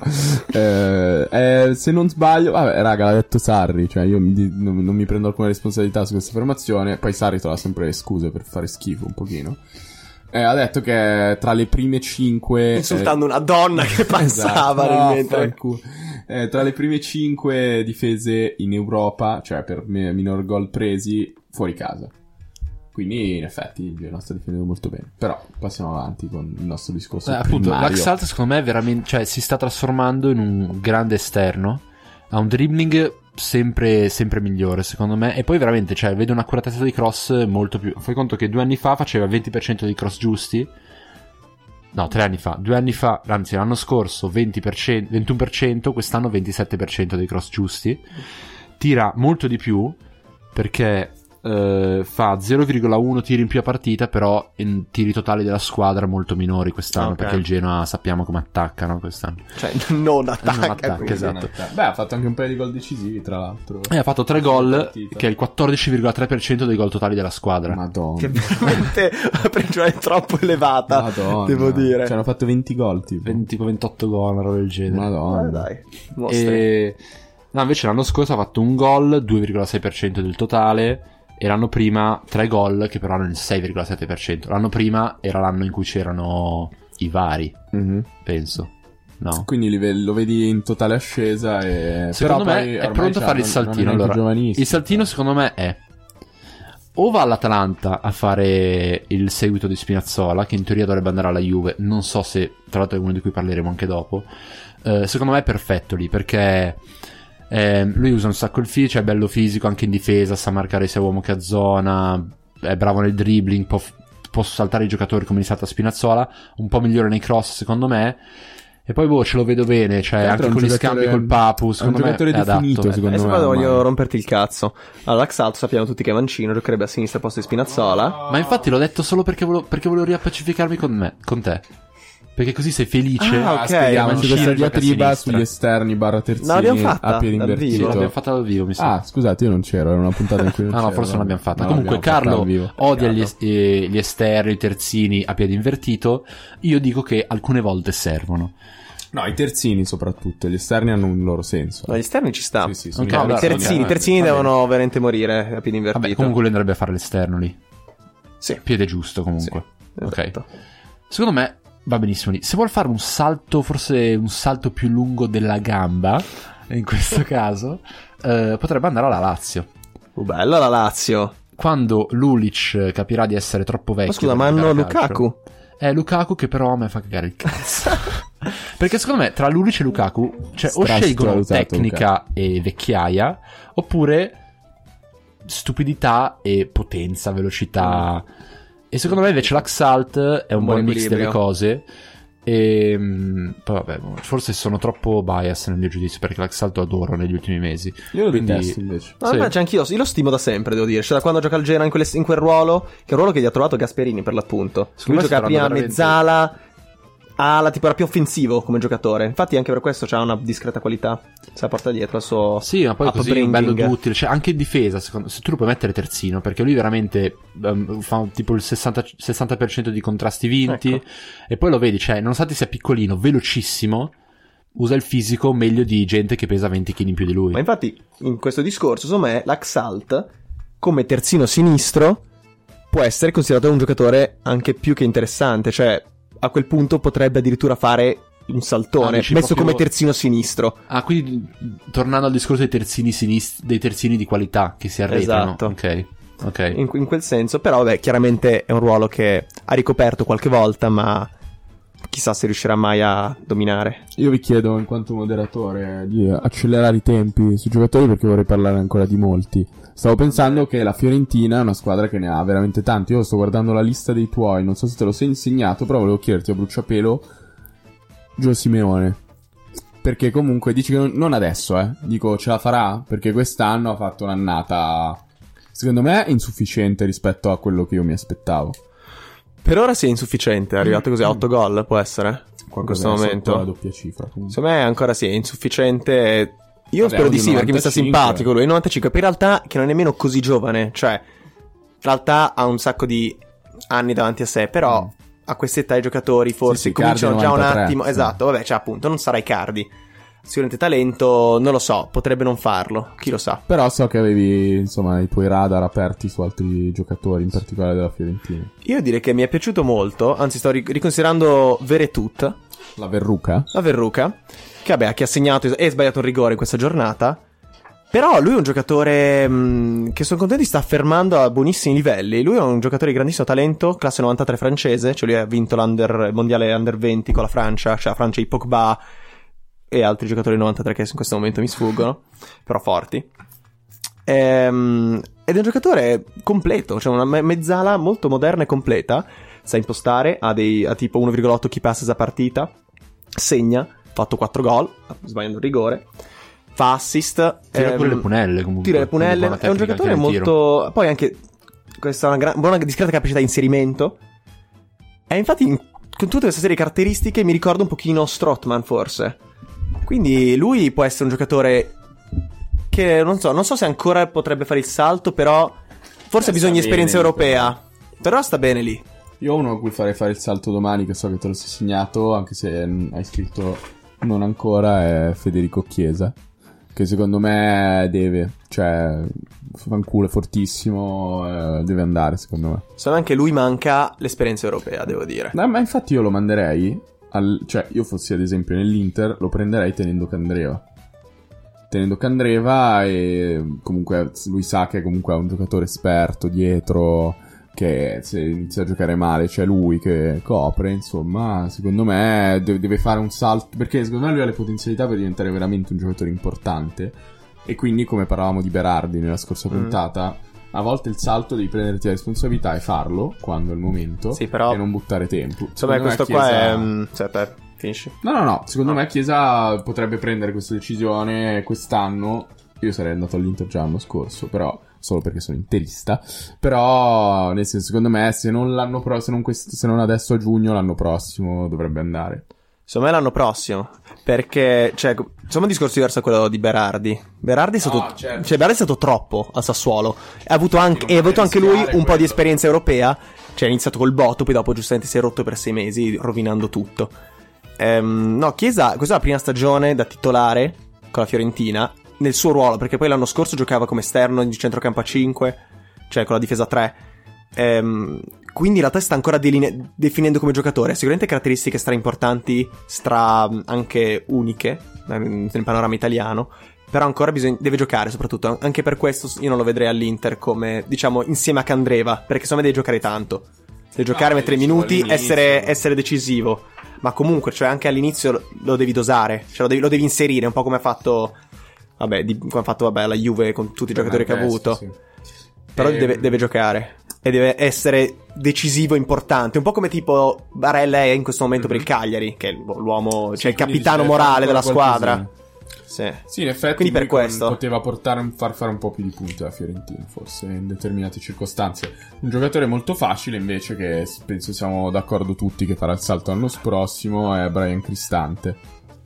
Se non sbaglio, vabbè, raga, l'ha detto Sarri, cioè io non mi prendo alcuna responsabilità su questa affermazione. Poi Sarri trova sempre le scuse per fare schifo un pochino. Ha detto che tra le prime 5 insultando una donna che passava tra le prime 5 difese in Europa, cioè per minor gol presi fuori casa. Quindi in effetti il Genoa sta difendendo molto bene. Però passiamo avanti con il nostro discorso appunto, primario. Laxalt secondo me è veramente, cioè si sta trasformando in un grande esterno, ha un dribbling sempre migliore secondo me, e poi veramente, cioè, vedo un'accuratezza dei cross molto più. Fai conto che 2 anni fa faceva 20% dei cross giusti, no, 3 anni fa, 2 anni fa, anzi l'anno scorso 20%, 21%, quest'anno 27% dei cross giusti, tira molto di più perché fa 0,1 tiri in più a partita, però in tiri totali della squadra molto minori quest'anno, perché il Genoa sappiamo come attacca, no, quest'anno. Cioè non attacca, esatto. Beh, ha fatto anche un paio di gol decisivi, tra l'altro. Ha fatto 3 gol, che è il 14,3% dei gol totali della squadra. Madonna. Che veramente la percentuale è troppo elevata. Madonna. Devo dire. Cioè hanno fatto 20 gol, tipo 28 gol, una roba del genere. Madonna. Dai. No, invece l'anno scorso ha fatto un gol, 2,6% del totale. E l'anno prima 3 gol, che però erano il 6,7%. L'anno prima era l'anno in cui c'erano i vari, penso. No? Quindi lo vedi in totale ascesa e... Secondo però me è pronto a fare il saltino. Allora, il saltino secondo me è: o va all'Atalanta a fare il seguito di Spinazzola, che in teoria dovrebbe andare alla Juve. Non so se, tra l'altro è uno di cui parleremo anche dopo. Secondo me è perfetto lì, perché... lui usa un sacco il fisico, è bello fisico anche in difesa, sa marcare sia uomo che a zona, è bravo nel dribbling, può saltare i giocatori come li salta Spinazzola, un po' migliore nei cross secondo me, e poi ce lo vedo bene, cioè anche con gli scambi col Papu, secondo me è adatto. Adesso voglio romperti il cazzo. Allora, Laxalt sappiamo tutti che è mancino, giocherebbe a sinistra al posto di Spinazzola. Ma infatti l'ho detto solo perché volevo riappacificarmi con te. Perché così sei felice. Ok, spieghiamo questa diatriba sugli esterni / terzini a piedi invertito. L'abbiamo fatta dal vivo, mi sa. Scusate, io non c'ero, era una puntata in cui non c'ero. No, forse non l'abbiamo fatta. Comunque Carlo odia gli esterni, i terzini a piedi invertito. Io dico che alcune volte servono. No, i terzini soprattutto, gli esterni hanno un loro senso. No, gli esterni ci sta. Sì, no, allora, i terzini devono veramente morire a piedi invertito. Vabbè, comunque lui andrebbe a fare l'esterno lì. Sì. Piede giusto comunque. Sì, esatto. Ok. Secondo me va benissimo lì. Se vuol fare un salto, forse un salto più lungo della gamba, in questo caso, potrebbe andare alla Lazio. Bella la Lazio. Quando Lulic capirà di essere troppo vecchio. Ma scusa, ma hanno Lukaku. È Lukaku che però a me fa cagare il cazzo. Perché secondo me tra Lulic e Lukaku, cioè, o scelgono tecnica e vecchiaia, oppure stupidità e potenza, velocità. E secondo me invece l'Axalt è un buon mix delle cose. E poi vabbè, forse sono troppo bias nel mio giudizio, perché l'Axalt lo adoro negli ultimi mesi. Io lo detesto invece. No, sì. Anch'io, io lo stimo da sempre, devo dire. Cioè, da quando gioca al Genoa in quel ruolo, che è un ruolo che gli ha trovato Gasperini per l'appunto. Lui gioca prima mezzala, ala, tipo era più offensivo come giocatore. Infatti anche per questo c'ha una discreta qualità. Se la porta dietro al suo... Sì, ma poi così è un bello duttile. Cioè anche in difesa, se tu lo puoi mettere terzino, perché lui veramente fa tipo il 60% di contrasti vinti. Ecco. E poi lo vedi, cioè nonostante sia piccolino, velocissimo, usa il fisico meglio di gente che pesa 20 kg in più di lui. Ma infatti in questo discorso, secondo me, l'Axalt come terzino sinistro può essere considerato un giocatore anche più che interessante. Cioè a quel punto potrebbe addirittura fare un saltone messo proprio... come terzino sinistro. Quindi tornando al discorso dei terzini sinistri, dei terzini di qualità che si arretrano. Esatto. Ok. In quel senso, però vabbè, chiaramente è un ruolo che ha ricoperto qualche volta, ma chissà se riuscirà mai a dominare. Io vi chiedo, in quanto moderatore, di accelerare i tempi sui giocatori, perché vorrei parlare ancora di molti. Stavo pensando che la Fiorentina è una squadra che ne ha veramente tanti. Io sto guardando la lista dei tuoi, non so se te lo sei insegnato, però volevo chiederti a bruciapelo Gio Simeone. Perché comunque dici che non adesso, dico ce la farà, perché quest'anno ha fatto un'annata, secondo me, insufficiente rispetto a quello che io mi aspettavo. Per ora sì, è insufficiente, è arrivato così a 8 gol, può essere, in questo momento. La doppia cifra. Secondo me ancora sì, è insufficiente. Io spero di sì, perché mi sta simpatico lui, 95, poi in realtà che non è nemmeno così giovane, cioè in realtà ha un sacco di anni davanti a sé, però a quest'età i giocatori forse cominciano già un attimo, esatto, vabbè, cioè appunto non sarà Icardi. Sicuramente talento, non lo so, potrebbe non farlo, chi lo sa. Però so che avevi, insomma, i tuoi radar aperti su altri giocatori, in particolare della Fiorentina. Io direi che mi è piaciuto molto, anzi sto riconsiderando Veretout. La Verruca? La Verruca, che vabbè, che ha segnato e sbagliato un rigore in questa giornata. Però lui è un giocatore che sono contento di sta affermando a buonissimi livelli. Lui è un giocatore di grandissimo talento, classe 93 francese, cioè lui ha vinto il mondiale under 20 con la Francia, cioè la Francia di Pogba e altri giocatori 93 che in questo momento mi sfuggono, però forti. Ed è un giocatore completo, cioè una mezzala molto moderna e completa, sa impostare, ha tipo 1,8 key passes a partita, segna, fatto 4 gol, sbagliando il rigore, fa assist, tira pure le punelle comunque. Tira le punelle, è un giocatore molto... Poi anche questa è una buona discreta capacità di inserimento. E infatti con tutte queste serie di caratteristiche mi ricorda un pochino Strootman forse. Quindi lui può essere un giocatore che non so se ancora potrebbe fare il salto, però forse ha bisogno di esperienza europea. Però sta bene lì. Io ho uno a cui farei fare il salto domani, che so che te lo sei segnato, anche se hai scritto non ancora, è Federico Chiesa, che secondo me deve, cioè fanculo, è fortissimo, deve andare secondo me. Secondo me anche lui manca l'esperienza europea, devo dire. No, ma infatti io lo manderei, cioè io fossi ad esempio nell'Inter, lo prenderei tenendo Candreva e comunque lui sa che comunque è un giocatore esperto dietro, che se inizia a giocare male c'è lui che copre, insomma secondo me deve fare un salto, perché secondo me lui ha le potenzialità per diventare veramente un giocatore importante, e quindi come parlavamo di Berardi nella scorsa puntata, a volte il salto devi prenderti la responsabilità e farlo quando è il momento, sì, però... e non buttare tempo. Insomma questo Chiesa... qua è... finisci. No, secondo me Chiesa potrebbe prendere questa decisione quest'anno. Io sarei andato all'Inter già l'anno scorso, però solo perché sono interista. Però nel senso, secondo me se non l'anno prossimo, se non adesso a giugno, l'anno prossimo dovrebbe andare. Secondo me l'anno prossimo, perché cioè insomma un discorso diverso da quello di Berardi. Berardi è stato certo. Cioè Berardi è stato troppo al Sassuolo. Ha avuto anche lui un po' di esperienza europea. Cioè ha iniziato col botto, poi dopo giustamente si è rotto per 6 mesi, rovinando tutto. No, Chiesa, questa è la prima stagione da titolare con la Fiorentina nel suo ruolo, perché poi l'anno scorso giocava come esterno di centrocampo a 5, cioè con la difesa 3. Quindi in realtà sta ancora definendo come giocatore. Sicuramente caratteristiche stra importanti, anche uniche nel panorama italiano, però ancora deve giocare, soprattutto. Anche per questo io non lo vedrei all'Inter come, diciamo, insieme a Candreva, perché secondo me deve giocare tanto, deve giocare, mettere minuti, essere decisivo. Ma comunque, cioè anche all'inizio lo devi dosare, cioè lo devi inserire, un po' come ha fatto la Juve con tutti i giocatori che ha avuto. Sì. Però deve giocare e deve essere decisivo, importante, un po' come tipo Barella è in questo momento per il Cagliari, che è l'uomo, cioè il capitano morale della squadra. Sì, in effetti. Quindi per questo poteva far fare un po' più di punti alla Fiorentina, forse in determinate circostanze. Un giocatore molto facile invece, che penso siamo d'accordo tutti che farà il salto l'anno prossimo, è Bryan Cristante,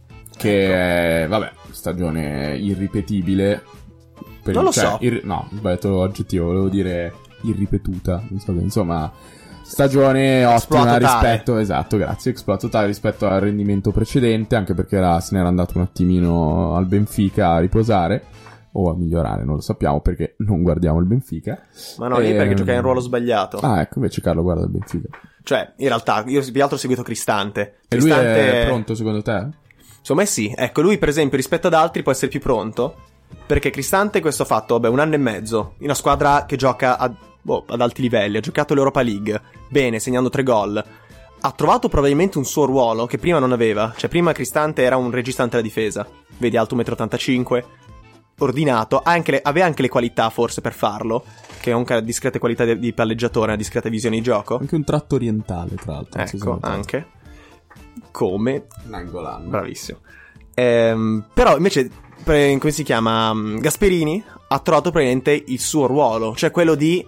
che è, vabbè, stagione irripetibile. Non lo so. No, ho sbagliato l'aggettivo, volevo dire irripetuta. Insomma, stagione ottima rispetto, esatto, grazie, exploit totale rispetto al rendimento precedente, anche perché se n'era andato un attimino al Benfica a riposare o a migliorare, non lo sappiamo perché non guardiamo il Benfica. Ma no, lì perché gioca in ruolo sbagliato. Ah, ecco, invece Carlo guarda il Benfica. Cioè, in realtà, io più altro ho seguito Cristante. E lui è pronto secondo te? Secondo me sì. Ecco, lui per esempio rispetto ad altri può essere più pronto, perché Cristante questo ha fatto, 1 anno e mezzo in una squadra che gioca ad alti livelli, ha giocato l'Europa League bene, segnando 3 gol, ha trovato probabilmente un suo ruolo che prima non aveva. Cioè prima Cristante era un regista della difesa, vedi, alto 1,85 m, ordinato, aveva anche le qualità forse per farlo, che ha anche discrete qualità di palleggiatore, una discreta visione di gioco. Anche un tratto orientale, tra l'altro. Ecco, anche. Come Nangolan. bravissimo. Però invece, come si chiama, Gasperini ha trovato praticamente il suo ruolo, cioè quello di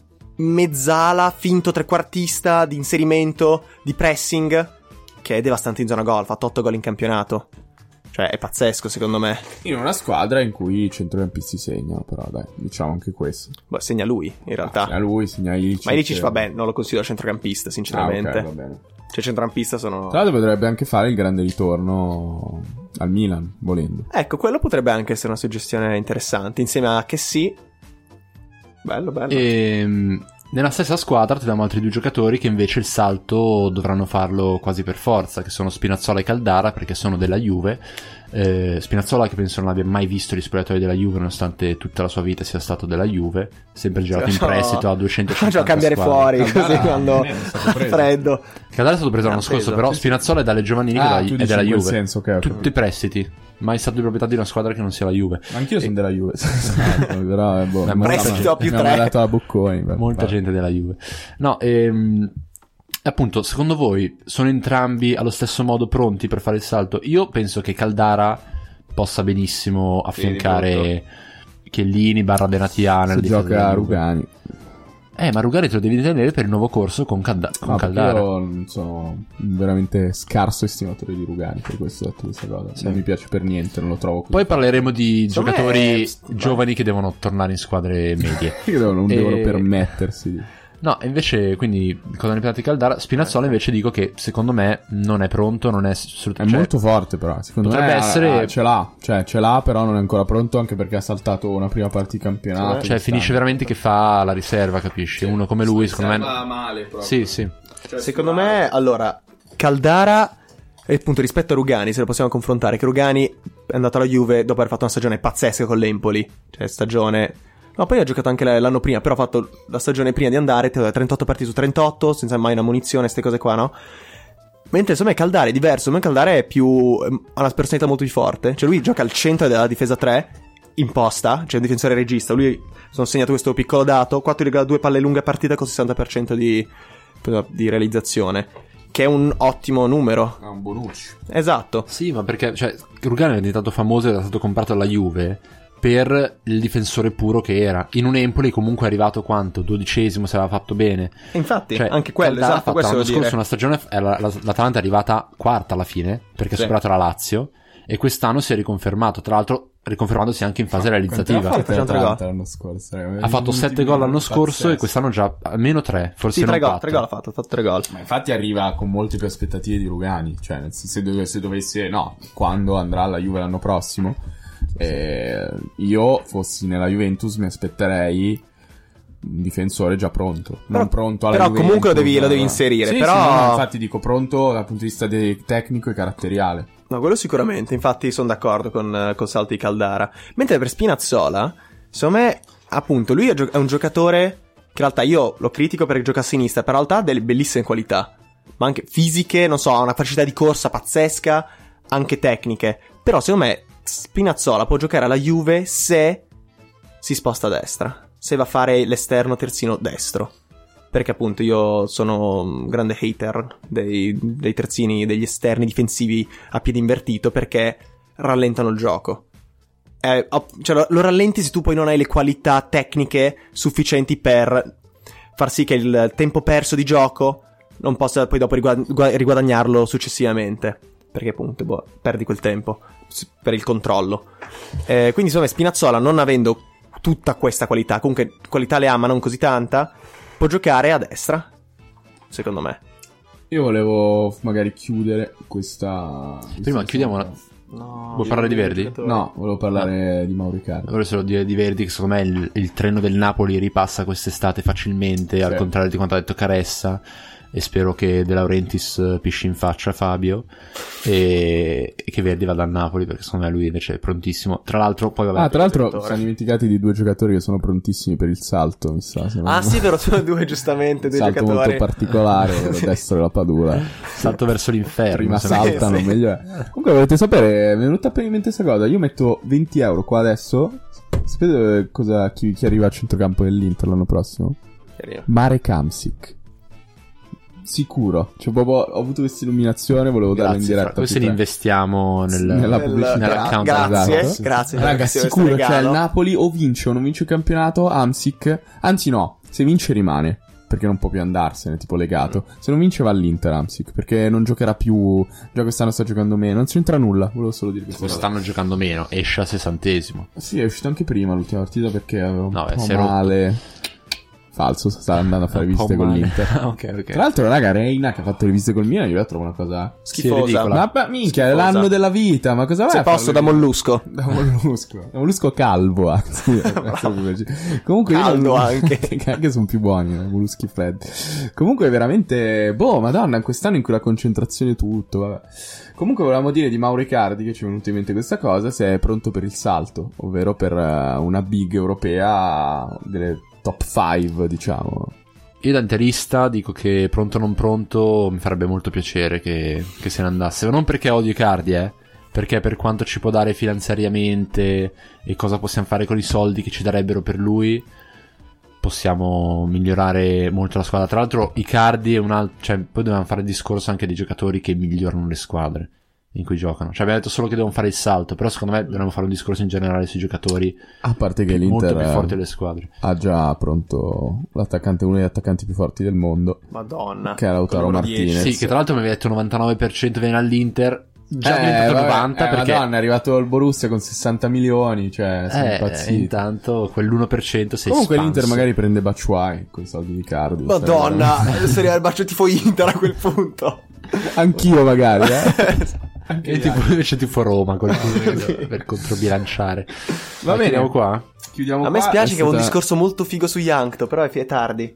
mezzala, finto trequartista, di inserimento, di pressing, che è devastante in zona gol. Ha fatto 8 gol in campionato, cioè è pazzesco secondo me, in una squadra in cui i centrocampisti segnano. Però dai, diciamo anche questo. Beh, segna lui in realtà. Segna lui, segna Ilicic. Ma Ilicic vabbè, non lo considero centrocampista sinceramente. Ok, va bene. Cioè centrocampista sono... Tra l'altro potrebbe anche fare il grande ritorno al Milan, volendo. Ecco, quello potrebbe anche essere una suggestione interessante, insieme a che sì. Bello. E nella stessa squadra troviamo altri 2 giocatori che invece il salto dovranno farlo quasi per forza, che sono Spinazzola e Caldara, perché sono della Juve. Spinazzola, che penso non abbia mai visto gli spogliatoi della Juve, nonostante tutta la sua vita sia stato della Juve, sempre girato in prestito a 250 faccio cambiare squadre. fuori Caldara, così quando freddo. Caldara è stato preso l'anno scorso, però Spinazzola è dalle giovanili tu è dici della in quel Juve. senso, okay, tutti i prestiti, mai stato di proprietà di una squadra che non sia la Juve. Anch'io sono della Juve. Però prestito più 3. Mi ha dato la Bocconi. Molta gente della Juve. No, appunto, secondo voi sono entrambi allo stesso modo pronti per fare il salto? Io penso che Caldara possa benissimo affiancare Chiellini / Benatia nella difesa. Gioca a Rugani. Ma Rugani te lo devi tenere per il nuovo corso con Caldara. Io sono veramente scarso estimatore di Rugani, per questo ho detto questa cosa. Sì. Non mi piace per niente, non lo trovo così. Poi parleremo di Secondo giocatori me giovani che devono tornare in squadre medie. Non devono permettersi. No, invece, quindi, cosa ne pensate di Caldara? Spinazzola invece dico che, secondo me, non è pronto, non è assolutamente... È molto forte però, secondo potrebbe me essere... ce l'ha, però non è ancora pronto, anche perché ha saltato una prima parte di campionato. Cioè, finisce veramente che fa la riserva, capisci? Uno come lui, secondo me... male proprio. Sì. Cioè, Secondo me, allora, Caldara, e appunto rispetto a Rugani, se lo possiamo confrontare, che Rugani è andato alla Juve dopo aver fatto una stagione pazzesca con l'Empoli, cioè stagione... No, poi ha giocato anche l'anno prima, però ha fatto la stagione prima di andare, 38 partite su 38, senza mai una munizione, queste cose qua, no? Mentre insomma Caldara è diverso, secondo me Caldara è più... ha una personalità molto più forte, cioè lui gioca al centro della difesa 3, imposta, cioè un difensore regista, lui sono segnato questo piccolo dato, 4,2 palle lunghe a partita con 60% di realizzazione, che è un ottimo numero. È un Bonucci. Esatto. Sì, ma perché, cioè, Rugani è diventato famoso ed è stato comprato dalla Juve per il difensore puro che era. In un Empoli comunque è arrivato quanto? 12esimo, se aveva fatto bene. Infatti, Cioè, anche quello, Caldara esatto, ha fatto questo l'anno devo dire. scorso una stagione, l'Atalanta è arrivata quarta alla fine, perché ha Sì. superato la Lazio, e quest'anno si è riconfermato, tra l'altro riconfermandosi anche in fase realizzativa. L'anno scorso. Ha fatto 7 gol l'anno scorso e quest'anno già almeno 3, forse Sì, non 3 gol, 4. 3 gol ha fatto 3 gol. Ma infatti arriva con molte più aspettative di Rugani. Cioè, se dovesse, no, quando andrà alla Juve l'anno prossimo, io fossi nella Juventus mi aspetterei un difensore già pronto, non pronto alla però Juventus, comunque lo devi inserire. Sì, però sì, no, infatti dico pronto dal punto di vista tecnico e caratteriale. No, quello sicuramente, infatti sono d'accordo col salto di Caldara. Mentre per Spinazzola, secondo me, appunto, lui è un giocatore che in realtà io lo critico perché gioca a sinistra, però in realtà ha delle bellissime qualità, ma anche fisiche, non so, ha una capacità di corsa pazzesca, anche tecniche. Però secondo me Spinazzola può giocare alla Juve se si sposta a destra, se va a fare l'esterno terzino destro. Perché appunto io sono un grande hater dei terzini, degli esterni difensivi a piede invertito, perché rallentano il gioco. Cioè lo rallenti se tu poi non hai le qualità tecniche sufficienti per far sì che il tempo perso di gioco non possa poi dopo riguadagnarlo successivamente. Perché appunto perdi quel tempo per il controllo. Quindi insomma Spinazzola, non avendo tutta questa qualità, comunque qualità le ha ma non così tanta, può giocare a destra, secondo me. Io volevo magari chiudere questa Prima chiudiamo No, vuoi parlare di Verdi? No, volevo parlare di Mauricardi. Volevo solo dire di Verdi, che secondo me il treno del Napoli ripassa quest'estate facilmente, al contrario di quanto ha detto Caressa. e spero che De Laurentiis pisci in faccia a Fabio e che Verdi vada a Napoli, perché secondo me lui invece è prontissimo. Tra l'altro poi vabbè, tra l'altro siamo dimenticati di 2 giocatori che sono prontissimi per il salto, mi sa. Sì, vero, sono 2 giustamente, 2 salto giocatori molto particolare, destro della Padula. salto verso l'inferno. Prima saltano, sì. meglio è. Comunque volete sapere, mi è venuta appena in mente questa cosa, io metto 20 euro qua adesso. Sapete chi arriva al centrocampo dell'Inter l'anno prossimo? Marek Hamsik. Sicuro, cioè proprio ho avuto questa illuminazione, volevo darla in diretta. Poi se li investiamo nella pubblicità, nell'account. Grazie. Raga, sicuro, cioè il Napoli o vince o non vince il campionato, Hamsik, anzi no, se vince rimane, perché non può più andarsene, tipo legato. Se non vince va all'Inter Hamsik, perché non giocherà più, già quest'anno sta giocando meno, non c'entra nulla, volevo solo dire questo. Stanno giocando meno, esce a 60esimo. Sì, è uscito anche prima l'ultima partita perché aveva un po' si è male. Falso, sta andando a fare visite con l'Inter. Ok. Tra l'altro, raga, Reina che ha fatto le visite col Milan, io la trovo una cosa schifosa. Ma minchia, è l'anno della vita, ma cosa vai se a fare? posso, da mollusco. Da mollusco calvo, anzi. Comunque caldo anche. Che anche sono più buoni, molluschi freddi. Comunque veramente, madonna, quest'anno in cui la concentrazione è tutto, vabbè. Comunque volevamo dire di Mauro Icardi, che ci è venuto in mente questa cosa, se è pronto per il salto, ovvero per una big europea delle top 5, diciamo. Io da interista dico che pronto o non pronto mi farebbe molto piacere che se ne andasse. Non perché odio Icardi, perché per quanto ci può dare finanziariamente e cosa possiamo fare con i soldi che ci darebbero per lui, possiamo migliorare molto la squadra. Tra l'altro Icardi è un altro, cioè poi dobbiamo fare il discorso anche di giocatori che migliorano le squadre in cui giocano. Cioè abbiamo detto solo che devono fare il salto, però secondo me dovremmo fare un discorso in generale sui giocatori, a parte che l'Inter molto più forti delle squadre. Ha già pronto l'attaccante, uno degli attaccanti più forti del mondo, Madonna, che è Lautaro Martinez. Sì, che tra l'altro mi aveva detto 99% viene all'Inter, già diventato 90 perché Madonna, è arrivato il Borussia con 60 milioni, cioè sono impazziti. Intanto quell'1% sei comunque espanso. l'Inter magari prende Batshuayi con i soldi di Cardi. Madonna, seria il bacio tifo Inter a quel punto. Anch'io magari, E invece tipo Roma per controbilanciare. Va bene, chiudiamo qua. Chiudiamo a me qua, spiace che avevo un discorso molto figo su Yankto, però è tardi.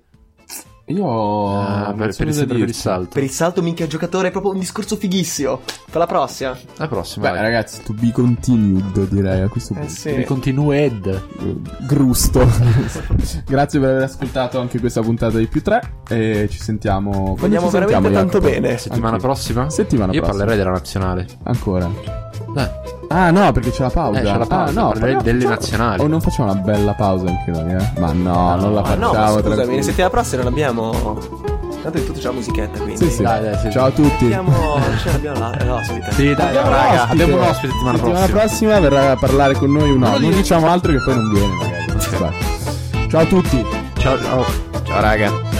Io per il salto. Per il salto, minchia, giocatore, è proprio un discorso fighissimo. Per la prossima. La prossima. Beh, ragazzi, to be continued, direi a questo punto. Sì. Continued. Grusto. Grazie per aver ascoltato anche questa puntata di più 3 e ci sentiamo. Vogliamo veramente tanto bene. Settimana prossima? Io parlerei della nazionale. Ancora. Ah no, perché c'è la pausa. C'è la pausa. No, parlerei delle nazionali. O non facciamo una bella pausa anche noi, Ma no, non la facciamo. No, scusami, la settimana prossima non abbiamo. Tanto di tutto c'è la musichetta, quindi. Sì. Dai, ciao a tutti. Abbiamo l'ospite. Sì, dai, raga, abbiamo un ospite settimana prossima. La prossima verrà a parlare con noi non diciamo altro che poi non viene, magari. Ciao a tutti. Ciao raga.